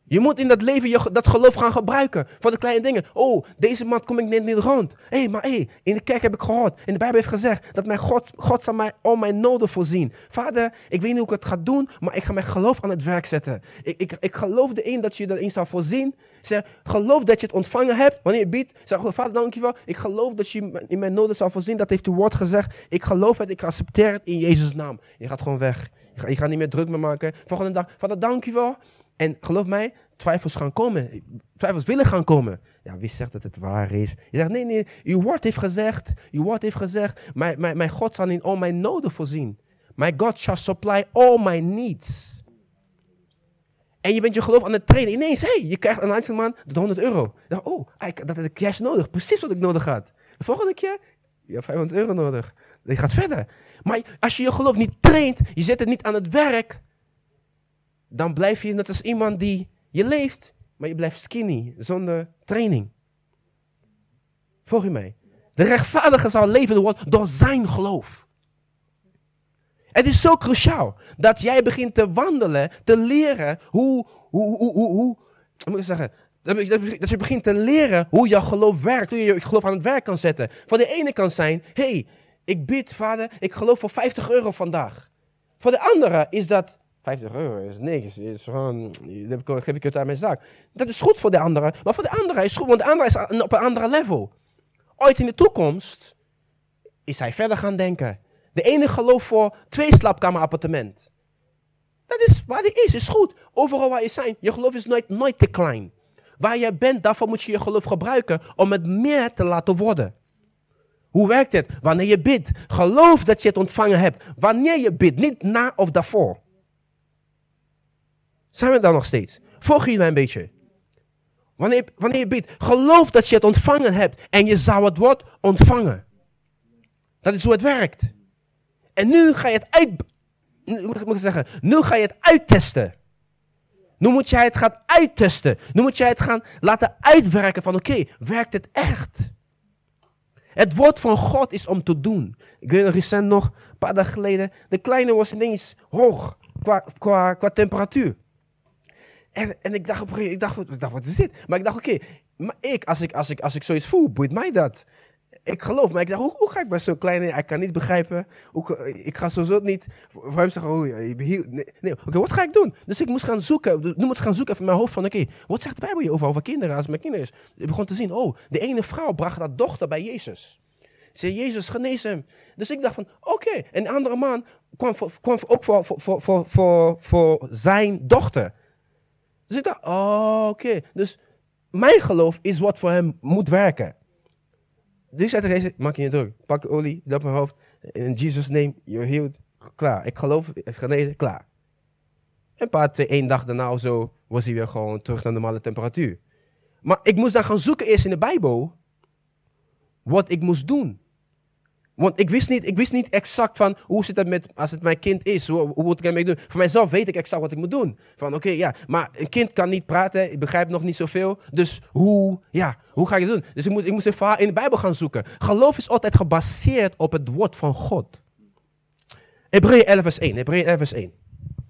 Je moet in dat leven je, dat geloof gaan gebruiken. Voor de kleine dingen. Oh, deze maand kom ik net niet rond. Hé, hey, maar hé, hey, in de kerk heb ik gehoord. In de Bijbel heeft gezegd dat mijn God, God zal mij al mijn noden voorzien. Vader, ik weet niet hoe ik het ga doen, maar ik ga mijn geloof aan het werk zetten. Ik, ik, ik geloof erin dat je erin zal voorzien. Zeg, geloof dat je het ontvangen hebt. Wanneer je biedt, zeg, Vader, dankjewel. Ik geloof dat je in mijn noden zal voorzien. Dat heeft uw woord gezegd. Ik geloof het, ik accepteer het in Jezus' naam. Je gaat gewoon weg. Je gaat, je gaat niet meer druk meer maken. Volgende dag, Vader, dankjewel. En geloof mij, twijfels gaan komen. Twijfels willen gaan komen. Ja, wie zegt dat het waar is? Je zegt, nee, nee, uw woord heeft gezegd. Uw woord heeft gezegd, mijn, mijn, mijn God zal in al mijn noden voorzien. My God shall supply all my needs. En je bent je geloof aan het trainen. Ineens, hé, hey, je krijgt een aantal maand honderd euro. Dan, oh, dat heb ik cash nodig. Precies wat ik nodig had. De volgende keer, je hebt vijfhonderd euro nodig. Je gaat verder. Maar als je je geloof niet traint, je zet het niet aan het werk, dan blijf je net als iemand die je leeft, maar je blijft skinny, zonder training. Volg je mij? De rechtvaardige zal leven door zijn geloof. Het is zo cruciaal dat jij begint te wandelen, te leren hoe, hoe, hoe, hoe, hoe moet ik zeggen, dat je begint te leren hoe jouw geloof werkt, hoe je je geloof aan het werk kan zetten. Van de ene kant zijn, hé, hey, ik bid, vader, ik geloof voor vijftig euro vandaag. Voor de andere is dat, vijftig euro is niks, is gewoon, dan geef ik het aan mijn zaak. Dat is goed voor de andere, maar voor de andere is goed, want de andere is op een andere level. Ooit in de toekomst is hij verder gaan denken. De ene gelooft voor twee slaapkamer appartement. Dat is waar die is, is goed. Overal waar je zijn, je geloof is nooit, nooit te klein. Waar je bent, daarvoor moet je je geloof gebruiken om het meer te laten worden. Hoe werkt het? Wanneer je bidt, geloof dat je het ontvangen hebt. Wanneer je bidt, niet na of daarvoor. Zijn we daar nog steeds? Volg je mij een beetje? Wanneer, wanneer je bidt, geloof dat je het ontvangen hebt en je zou het woord ontvangen. Dat is hoe het werkt. En nu ga je het uit, moet ik zeggen, nu ga je het uittesten. Nu moet jij het gaan uittesten. Nu moet jij het gaan laten uitwerken van oké, okay, werkt het echt? Het woord van God is om te doen. Ik weet nog recent nog, een paar dagen geleden, de kleine was ineens hoog qua, qua, qua temperatuur. En, en ik dacht op een gegeven moment, ik dacht, ik dacht, wat is dit? Maar ik dacht, oké, okay, ik, als ik, als, ik, als ik zoiets voel, boeit mij dat. Ik geloof, maar ik dacht, hoe, hoe ga ik bij zo'n kleine, hij kan niet begrijpen. Hoe, ik ga sowieso niet voor hem zeggen, oh, je behield, nee, nee. Oké, okay, wat ga ik doen? Dus ik moest gaan zoeken, nu moet ik gaan zoeken even in mijn hoofd van, oké, okay, wat zegt de Bijbel hier over, over kinderen, als het met kinderen is? Ik begon te zien, oh, de ene vrouw bracht haar dochter bij Jezus. Ze zei, Jezus, genees hem. Dus ik dacht van, oké, okay. En de andere man kwam, voor, kwam ook voor, voor, voor, voor, voor, voor zijn dochter. Dus ik dacht, oh, oké, okay. Dus mijn geloof is wat voor hem moet werken. Dus ik zei tegen deze, maak je niet druk. Pak olie, op mijn hoofd. In Jesus' name, you're healed. Klaar. Ik geloof, ik genezen, klaar. En een paar, twee, één dag daarna of zo, was hij weer gewoon terug naar normale temperatuur. Maar ik moest dan gaan zoeken eerst in de Bijbel, wat ik moest doen. Want ik wist niet, ik wist niet exact van, hoe zit het met, als het mijn kind is, hoe, hoe moet ik ermee doen? Voor mijzelf weet ik exact wat ik moet doen. Van oké, okay, ja, maar een kind kan niet praten, ik begrijp nog niet zoveel. Dus hoe, ja, hoe ga je het doen? Dus ik moest, ik moest een verhaal in de Bijbel gaan zoeken. Geloof is altijd gebaseerd op het woord van God. Hebreeën elf vers één, Hebreeën elf vers één.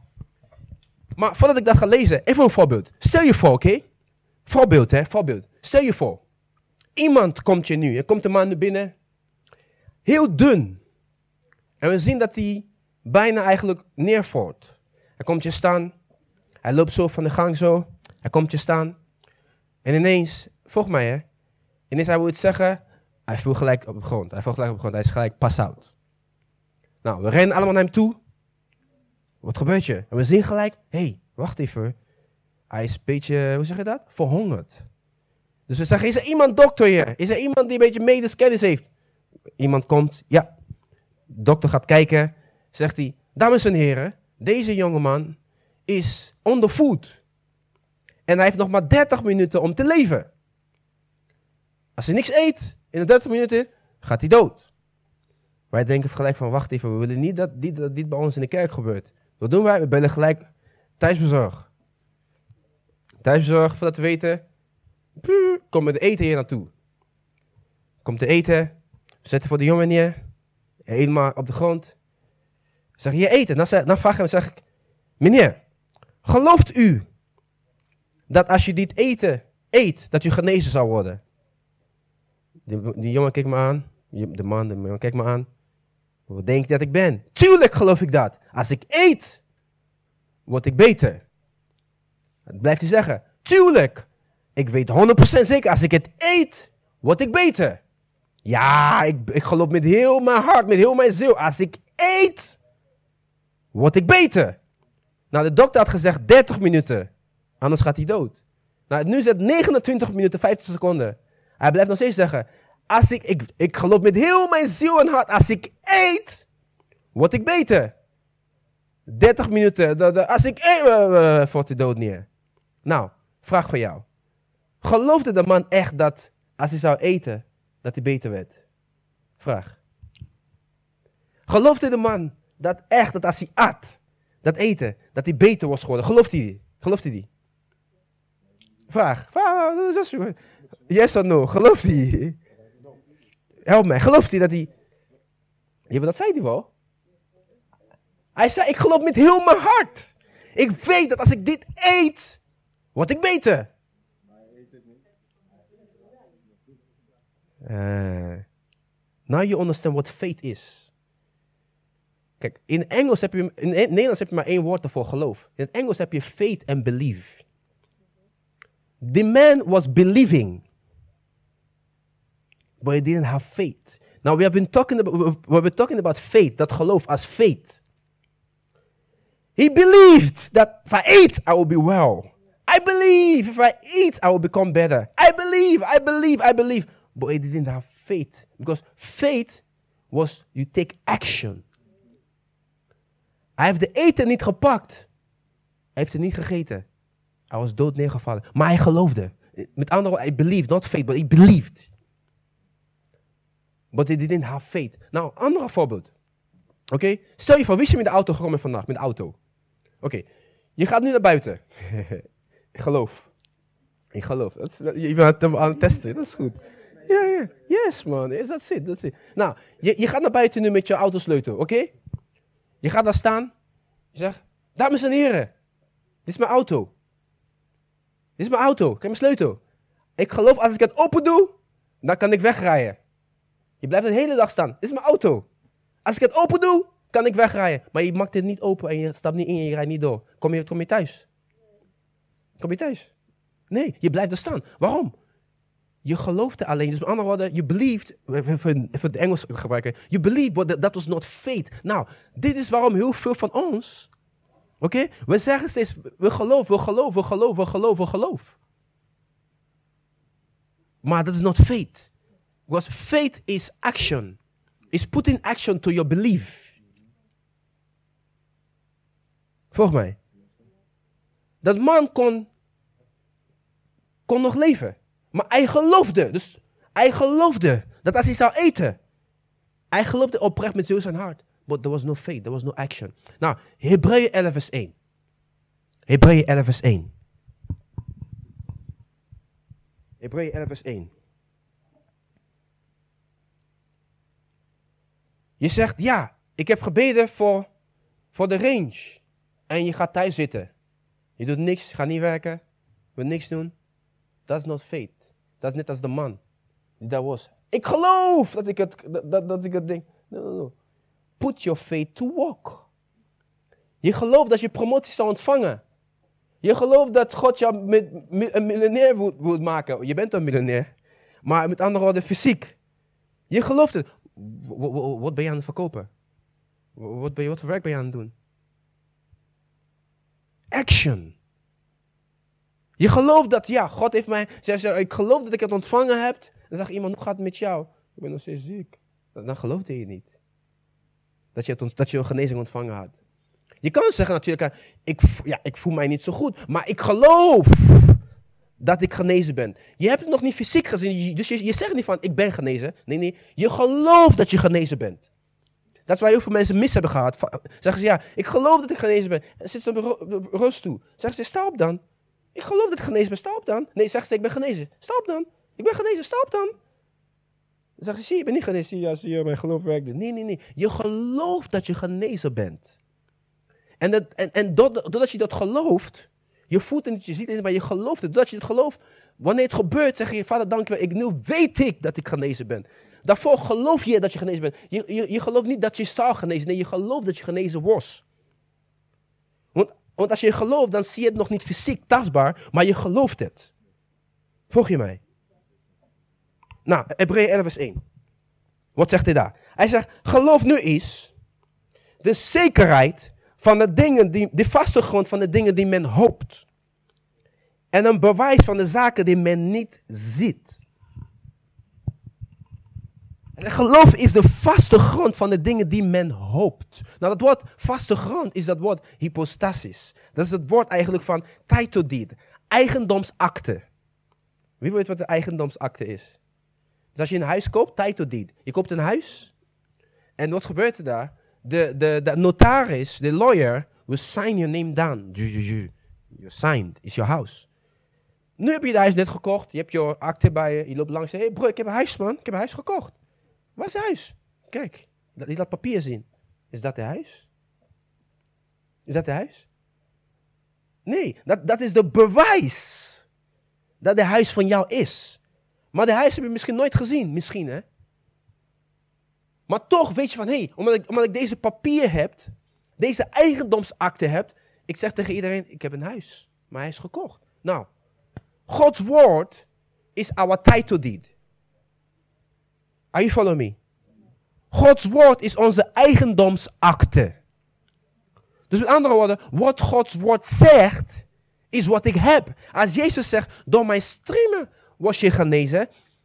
Maar voordat ik dat ga lezen, even een voorbeeld. Stel je voor, oké? Okay? Voorbeeld, hè, voorbeeld. Stel je voor. Iemand komt je nu, er komt een man naar binnen. Heel dun. En we zien dat hij bijna eigenlijk neervalt. Hij komt je staan. Hij loopt zo van de gang zo. Hij komt je staan. En ineens, volg mij hè. Ineens hij wil iets zeggen. Hij viel gelijk op de grond. Hij viel gelijk op de grond. Hij is gelijk pass out. Nou, we rennen allemaal naar hem toe. Wat gebeurt je? En we zien gelijk. Hé, hey, wacht even. Hij is een beetje, hoe zeg je dat? Verhongerd. Dus we zeggen, is er iemand dokter hier? Is er iemand die een beetje medisch kennis heeft? Iemand komt, ja. De dokter gaat kijken. Zegt hij, dames en heren, deze jongeman is ondervoed. En hij heeft nog maar dertig minuten om te leven. Als hij niks eet, in de dertig minuten, gaat hij dood. Wij denken gelijk van, wacht even, we willen niet dat dit, dat dit bij ons in de kerk gebeurt. Wat doen wij? We bellen gelijk thuisbezorg. Thuisbezorg, voordat we weten, komt met eten hier naartoe. Komt te eten. We zetten voor de jongen neer. Helemaal op de grond. Zeg je eten? Dan, zeg, dan vraag ik hem, zeg ik, meneer, gelooft u dat als je dit eten eet, dat je genezen zou worden. Die, die jongen kijkt me aan. De man, de man kijkt me aan. Wat denk je dat ik ben? Tuurlijk geloof ik dat. Als ik eet, word ik beter. Dat blijft hij zeggen. Tuurlijk. Ik weet honderd procent zeker, als ik het eet, word ik beter. Ja, ik, ik geloof met heel mijn hart, met heel mijn ziel. Als ik eet, word ik beter. Nou, de dokter had gezegd dertig minuten. Anders gaat hij dood. Nou, nu is het negenentwintig minuten, vijftig seconden. Hij blijft nog steeds zeggen. Als ik, ik, ik geloof met heel mijn ziel en hart. Als ik eet, word ik beter. dertig minuten. De, de, als ik eet, uh, uh, valt hij dood neer. Nou, vraag van jou. Geloofde de man echt dat als hij zou eten, dat hij beter werd? Vraag. Geloofde de man dat echt, dat als hij at, dat eten, dat hij beter was geworden? Geloofde hij die? Geloofde hij die? Vraag. Vraag. Yes or no? Gelooft hij? Help mij. Gelooft hij dat hij... Ja, dat zei hij wel. Hij zei, ik geloof met heel mijn hart. Ik weet dat als ik dit eet, word ik beter. Uh, now you understand what faith is. Kijk, in Engels heb je, in Nederlands heb je maar één woord ervoor, geloof. In het Engels heb je faith en believe. The man was believing, but he didn't have faith. Now we have been talking about, we been talking about faith, dat geloof als faith. He believed that if I eat, I will be well. I believe if I eat, I will become better. I believe, I believe, I believe. But he didn't have faith. Because faith was, you take action. Hij heeft de eten niet gepakt. Hij heeft het niet gegeten. Hij was dood neergevallen. Maar hij geloofde. Met andere woorden, hij believed. Not faith, but he believed. But he didn't have faith. Nou, ander voorbeeld. Oké? Okay? Stel je voor, wie is je met de auto gekomen vandaag? Met de auto. Oké. Okay. Je gaat nu naar buiten. Ik geloof. Ik geloof. Dat is, je bent aan het testen. Dat is goed. Ja, ja. Yes, man. That's it. That's it. Nou, je, je gaat naar buiten nu met je autosleutel. Oké? Okay? Je gaat daar staan. Je zegt, dames en heren. Dit is mijn auto. Dit is mijn auto. Kijk mijn sleutel. Ik geloof als ik het open doe, dan kan ik wegrijden. Je blijft de hele dag staan. Dit is mijn auto. Als ik het open doe, kan ik wegrijden. Maar je maakt het niet open en je stapt niet in en je rijdt niet door. Kom je, kom je thuis? Kom je thuis? Nee, je blijft er staan. Waarom? Je geloofde alleen. Dus met andere woorden, je believed, even het Engels gebruiken, you believed, but that was not faith. Nou, dit is waarom heel veel van ons, oké, okay, we zeggen steeds, we geloven, we geloven, we geloven, we geloven, we geloven. Maar dat is not faith. Because faith is action. Is putting action to your belief. Volg mij. Dat man kon, kon nog leven. Maar hij geloofde. Dus hij geloofde dat als hij zou eten. Hij geloofde oprecht met ziel en hart. But there was no faith. There was no action. Nou, Hebreeën elf vers één. Hebreeën elf vers één. Hebreeën elf vers één. Je zegt, ja, ik heb gebeden voor, voor de range. En je gaat thuis zitten. Je doet niks, gaat niet werken. Wil niks doen. Dat is not faith. Dat is net als de man. Die daar was. Ik geloof dat ik het, dat, dat ik het denk. No, no, no. Put your faith to work. Je gelooft dat je promotie zou ontvangen. Je gelooft dat God jou met, met een miljonair wil, wil maken. Je bent een miljonair. Maar met andere woorden, fysiek. Je gelooft het. Wat ben je aan het verkopen? Wat, ben je, wat voor werk ben je aan het doen? Action. Je gelooft dat, ja, God heeft mij... Zeg, zeg, ik geloof dat ik het ontvangen heb. Dan zegt iemand, hoe gaat het met jou? Ik ben nog steeds ziek. Dan geloofde je niet. Dat je, het, dat je een genezing ontvangen had. Je kan zeggen natuurlijk, ik, ja, ik voel mij niet zo goed. Maar ik geloof dat ik genezen ben. Je hebt het nog niet fysiek gezien. Dus je, je zegt niet van, ik ben genezen. Nee, nee. Je gelooft dat je genezen bent. Dat is waar heel veel mensen mis hebben gehad. Zeggen ze, ja, ik geloof dat ik genezen ben. En zitten ze op rust toe. Zeggen ze, sta op dan. Ik geloof dat ik genezen ben, sta op dan. Nee, zeggen ze, ik ben genezen. Sta op dan. Ik ben genezen, sta op dan. Dan zeggen ze, zie je, ik ben niet genezen. Zie je, ja, zie je, mijn geloof werkt niet. Nee, nee, nee. Je gelooft dat je genezen bent. En, dat, en, en doordat je dat gelooft, Je voelt het niet, je ziet het niet, maar je gelooft het. Doordat je het gelooft, wanneer het gebeurt, zeg je, Vader, dank je wel. Ik, nu weet ik dat ik genezen ben. Daarvoor geloof je dat je genezen bent. Je, je, je gelooft niet dat je zal genezen. Nee, je gelooft dat je genezen wordt. Want, want als je gelooft, dan zie je het nog niet fysiek tastbaar, maar je gelooft het. Volg je mij? Nou, Hebreeën elf vers één. Wat zegt hij daar? Hij zegt, geloof nu is de zekerheid van de dingen, die, de vaste grond van de dingen die men hoopt. En een bewijs van de zaken die men niet ziet. En geloof is de vaste grond van de dingen die men hoopt. Nou, dat woord vaste grond is dat woord hypostasis. Dat is het woord eigenlijk van title deed, eigendomsakte. Wie weet wat de eigendomsakte is? Dus als je een huis koopt, title deed. Je koopt een huis. En wat gebeurt er daar? De, de, de notaris, de lawyer, will sign your name down. You signed, is your house. Nu heb je het huis net gekocht. Je hebt je akte bij je. Je loopt langs en hé hey bro, ik heb een huis man. Ik heb een huis gekocht. Waar is het huis? Kijk, je laat papier zien. Is dat het huis? Is dat het huis? Nee, dat, dat is de bewijs dat het huis van jou is. Maar de huis heb je misschien nooit gezien. Misschien hè. Maar toch weet je van, hé, hey, omdat, ik, omdat ik deze papier heb, deze eigendomsakte heb, ik zeg tegen iedereen, ik heb een huis. Maar hij is gekocht. Nou, Gods woord is our title deed. Are you follow me? Gods woord is onze eigendomsakte. Dus met andere woorden, wat Gods woord zegt, is wat ik heb. Als Jezus zegt, door mijn streamen was je genezen.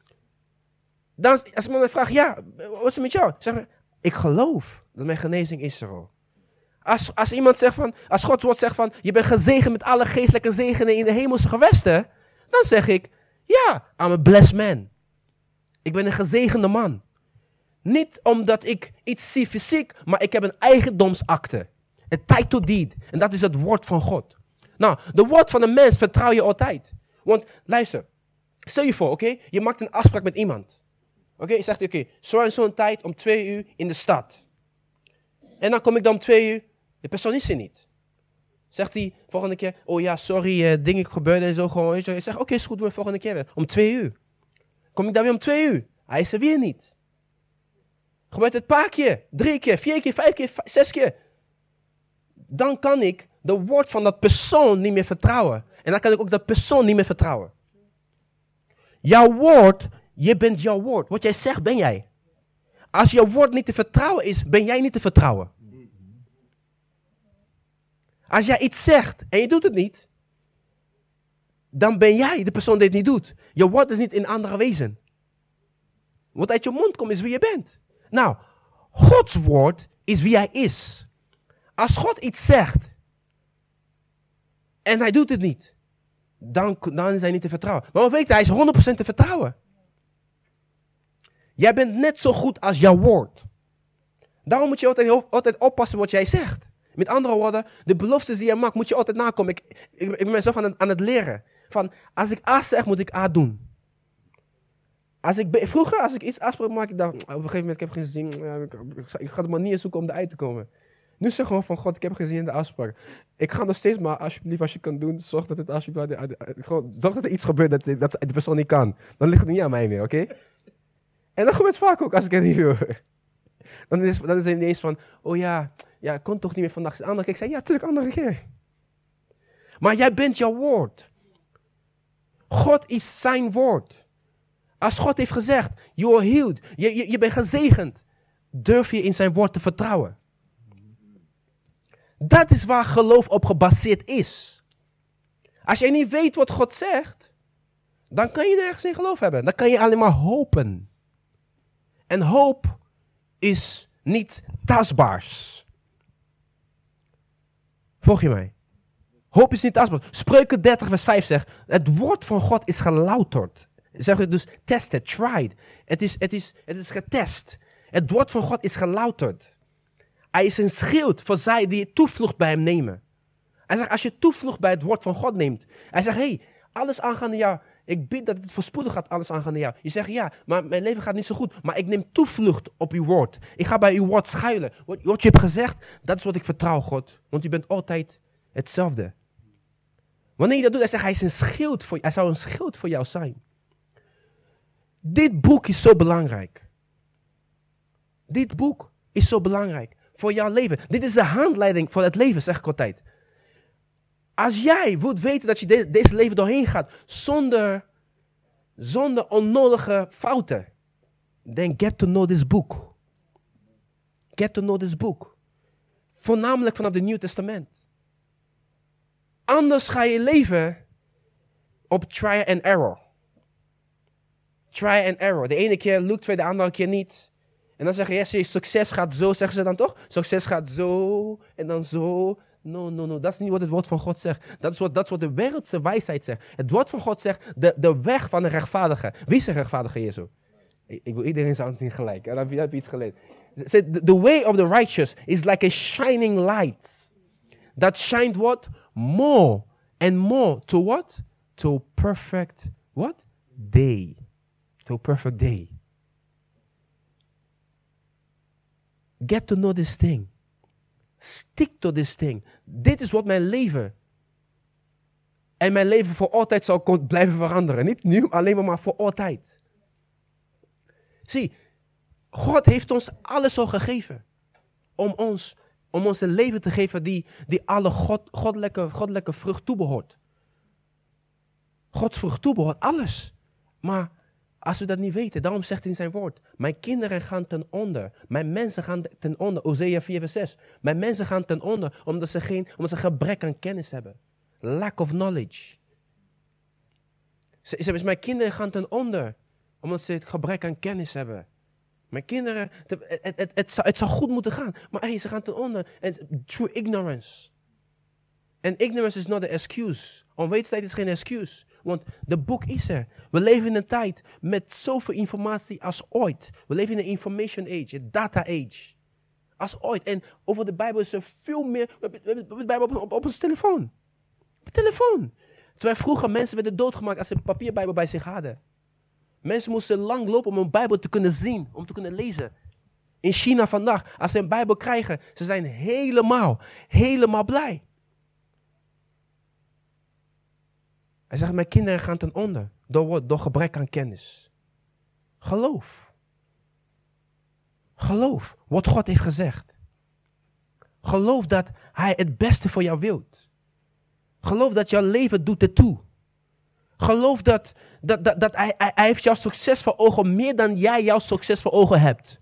Dan, als iemand mij vraagt, ja, wat is er met jou? Zeg maar, ik geloof dat mijn genezing is er al. Als, als iemand zegt van, als Gods woord zegt van, je bent gezegend met alle geestelijke zegenen in de hemelse gewesten. Dan zeg ik, ja, I'm a blessed man. Ik ben een gezegende man. Niet omdat ik iets zie fysiek, maar ik heb een eigendomsakte. Een title deed. En dat is het woord van God. Nou, de woord van een mens vertrouw je altijd. Want, luister. Stel je voor, oké, okay, je maakt een afspraak met iemand. Oké, okay, je zegt, oké, okay, zo en zo'n tijd om twee uur in de stad. En dan kom ik dan om twee uur, de persoon is er niet. Zegt hij volgende keer, oh ja, sorry, uh, dingen gebeurden en zo gewoon. Je zegt, oké, okay, is goed, doen we volgende keer weer. Om twee uur. Kom ik dan weer om twee uur. Hij is er weer niet. Gebeurt het een paar keer, drie keer, vier keer, vijf keer, vijf, zes keer. Dan kan ik de woord van dat persoon niet meer vertrouwen. En dan kan ik ook dat persoon niet meer vertrouwen. Jouw woord, je bent jouw woord. Wat jij zegt, ben jij. Als jouw woord niet te vertrouwen is, ben jij niet te vertrouwen. Als jij iets zegt en je doet het niet, dan ben jij de persoon die het niet doet. Je woord is niet in andere wezen. Wat uit je mond komt is wie je bent. Nou, Gods woord is wie hij is. Als God iets zegt en hij doet het niet, dan, dan is hij niet te vertrouwen. Maar we weten, hij is honderd procent te vertrouwen. Jij bent net zo goed als jouw woord. Daarom moet je altijd, altijd oppassen wat jij zegt. Met andere woorden, de beloftes die je maakt, moet je altijd nakomen. Ik, ik, ik ben mezelf aan het, aan het leren. Van, als ik A zeg, moet ik A doen. Als ik, vroeger, als ik iets afspraak maak, ik dacht, op een gegeven moment, ik heb geen zin, ik, ik ga de manier zoeken om eruit te komen. Nu zeg gewoon van, God, ik heb geen zin in de afspraak. Ik ga nog steeds, maar alsjeblieft, als je kan doen, zorg dat het alsjeblieft, gewoon, zorg dat er iets gebeurt dat, dat de persoon niet kan. Dan ligt het niet aan mij meer, oké? Okay? En dat gebeurt vaak ook als ik het niet wil. Dan is, dan is het ineens van, oh ja, ja, ik kon toch niet meer vandaag. De andere keer, ik zei, ja, tuurlijk, andere keer. Maar jij bent jouw woord. God is zijn woord. Als God heeft gezegd, you are healed, je, je, je bent gezegend, durf je in zijn woord te vertrouwen. Dat is waar geloof op gebaseerd is. Als jij niet weet wat God zegt, dan kan je nergens in geloof hebben. Dan kan je alleen maar hopen. En hoop is niet tastbaars. Volg je mij? Hoop is niet tastbaar. Spreuken dertig vers vijf zegt, het woord van God is gelouterd. Zeg je dus tested, tried. Het is, het, is, het is getest. Het woord van God is gelouterd. Hij is een schild voor zij die toevlucht bij hem nemen. Hij zegt, als je toevlucht bij het woord van God neemt. Hij zegt, hé, hey, alles aangaande jou. Ik bid dat het voorspoedig gaat, alles aangaande jou. Je zegt, ja, maar mijn leven gaat niet zo goed. Maar ik neem toevlucht op uw woord. Ik ga bij uw woord schuilen. Wat, wat je hebt gezegd, dat is wat ik vertrouw, God. Want je bent altijd hetzelfde. Wanneer je dat doet, hij zegt, hij is een schild voor, hij zou een schild voor jou zijn. Dit boek is zo belangrijk. Dit boek is zo belangrijk voor jouw leven. Dit is de handleiding voor het leven, zeg ik altijd. Als jij wilt weten dat je de, deze leven doorheen gaat zonder, zonder onnodige fouten, then get to know this book. Get to know this book. Voornamelijk vanaf het Nieuw Testament. Anders ga je leven op try and error. Try and error. De ene keer lukt het, de andere keer niet. En dan zeggen ze, yes, succes gaat zo, zeggen ze dan toch? Succes gaat zo en dan zo. No, no, no. Dat is niet wat het woord van God zegt. Dat is wat, dat is wat de wereldse wijsheid zegt. Het woord van God zegt, de, de weg van de rechtvaardige. Wie is de rechtvaardige, Jezus? Ik, ik wil iedereen zijn zien gelijk. En dan heb je iets geleerd. The way of the righteous is like a shining light. That shined what? More and more. To what? To perfect what? Day. To perfect day. Get to know this thing. Stick to this thing. Dit is wat mijn leven. En mijn leven voor altijd zal blijven veranderen. Niet nu, alleen maar voor altijd. Zie, God heeft ons alles al gegeven. Om ons, om ons een leven te geven die, die alle God, goddelijke, goddelijke vrucht toebehoort. Gods vrucht toebehoort, alles. Maar als we dat niet weten, daarom zegt hij in zijn woord. Mijn kinderen gaan ten onder. Mijn mensen gaan ten onder. Hosea vier vers zes. Mijn mensen gaan ten onder omdat ze, geen, omdat ze gebrek aan kennis hebben. Lack of knowledge. Ze, ze, mijn kinderen gaan ten onder omdat ze het gebrek aan kennis hebben. Mijn kinderen, het, het, het, het, het, zou, het zou goed moeten gaan. Maar hey, ze gaan ten onder. And through ignorance. En ignorance is not an excuse. Onwetendheid is geen excuse. Want de boek is er. We leven in een tijd met zoveel informatie als ooit. We leven in een information age, een data age. Als ooit. En over de Bijbel is er veel meer. We hebben de Bijbel op, op, op onze telefoon. Op telefoon. Terwijl vroeger mensen werden doodgemaakt als ze een papierbijbel bij zich hadden. Mensen moesten lang lopen om een Bijbel te kunnen zien, om te kunnen lezen. In China vandaag, als ze een Bijbel krijgen, ze zijn helemaal, helemaal blij. Hij zegt, mijn kinderen gaan ten onder door, door gebrek aan kennis. Geloof. Geloof wat God heeft gezegd. Geloof dat hij het beste voor jou wilt. Geloof dat jouw leven doet ertoe. Geloof dat, dat, dat, dat hij, hij, hij heeft jouw succes voor ogen meer dan jij jouw succes voor ogen hebt.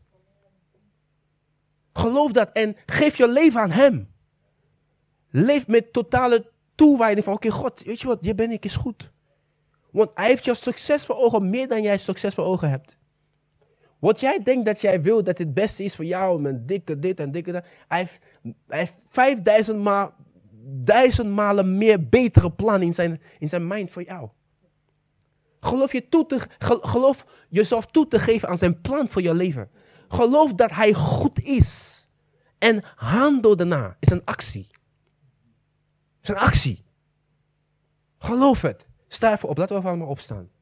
Geloof dat en geef je leven aan hem. Leef met totale toewijding van, oké okay, God, weet je wat, je bent ik is goed. Want hij heeft jouw succes voor ogen meer dan jij succes voor ogen hebt. Wat jij denkt dat jij wil, dat het beste is voor jou, met dikke dit en dikke dat. Hij heeft, hij heeft vijfduizend maal, duizend malen meer betere plan in zijn, in zijn mind voor jou. Geloof, je toe te, geloof jezelf toe te geven aan zijn plan voor je leven. Geloof dat hij goed is. En handel daarna is een actie. Het is een actie. Geloof het. Sta even op, laten we allemaal opstaan.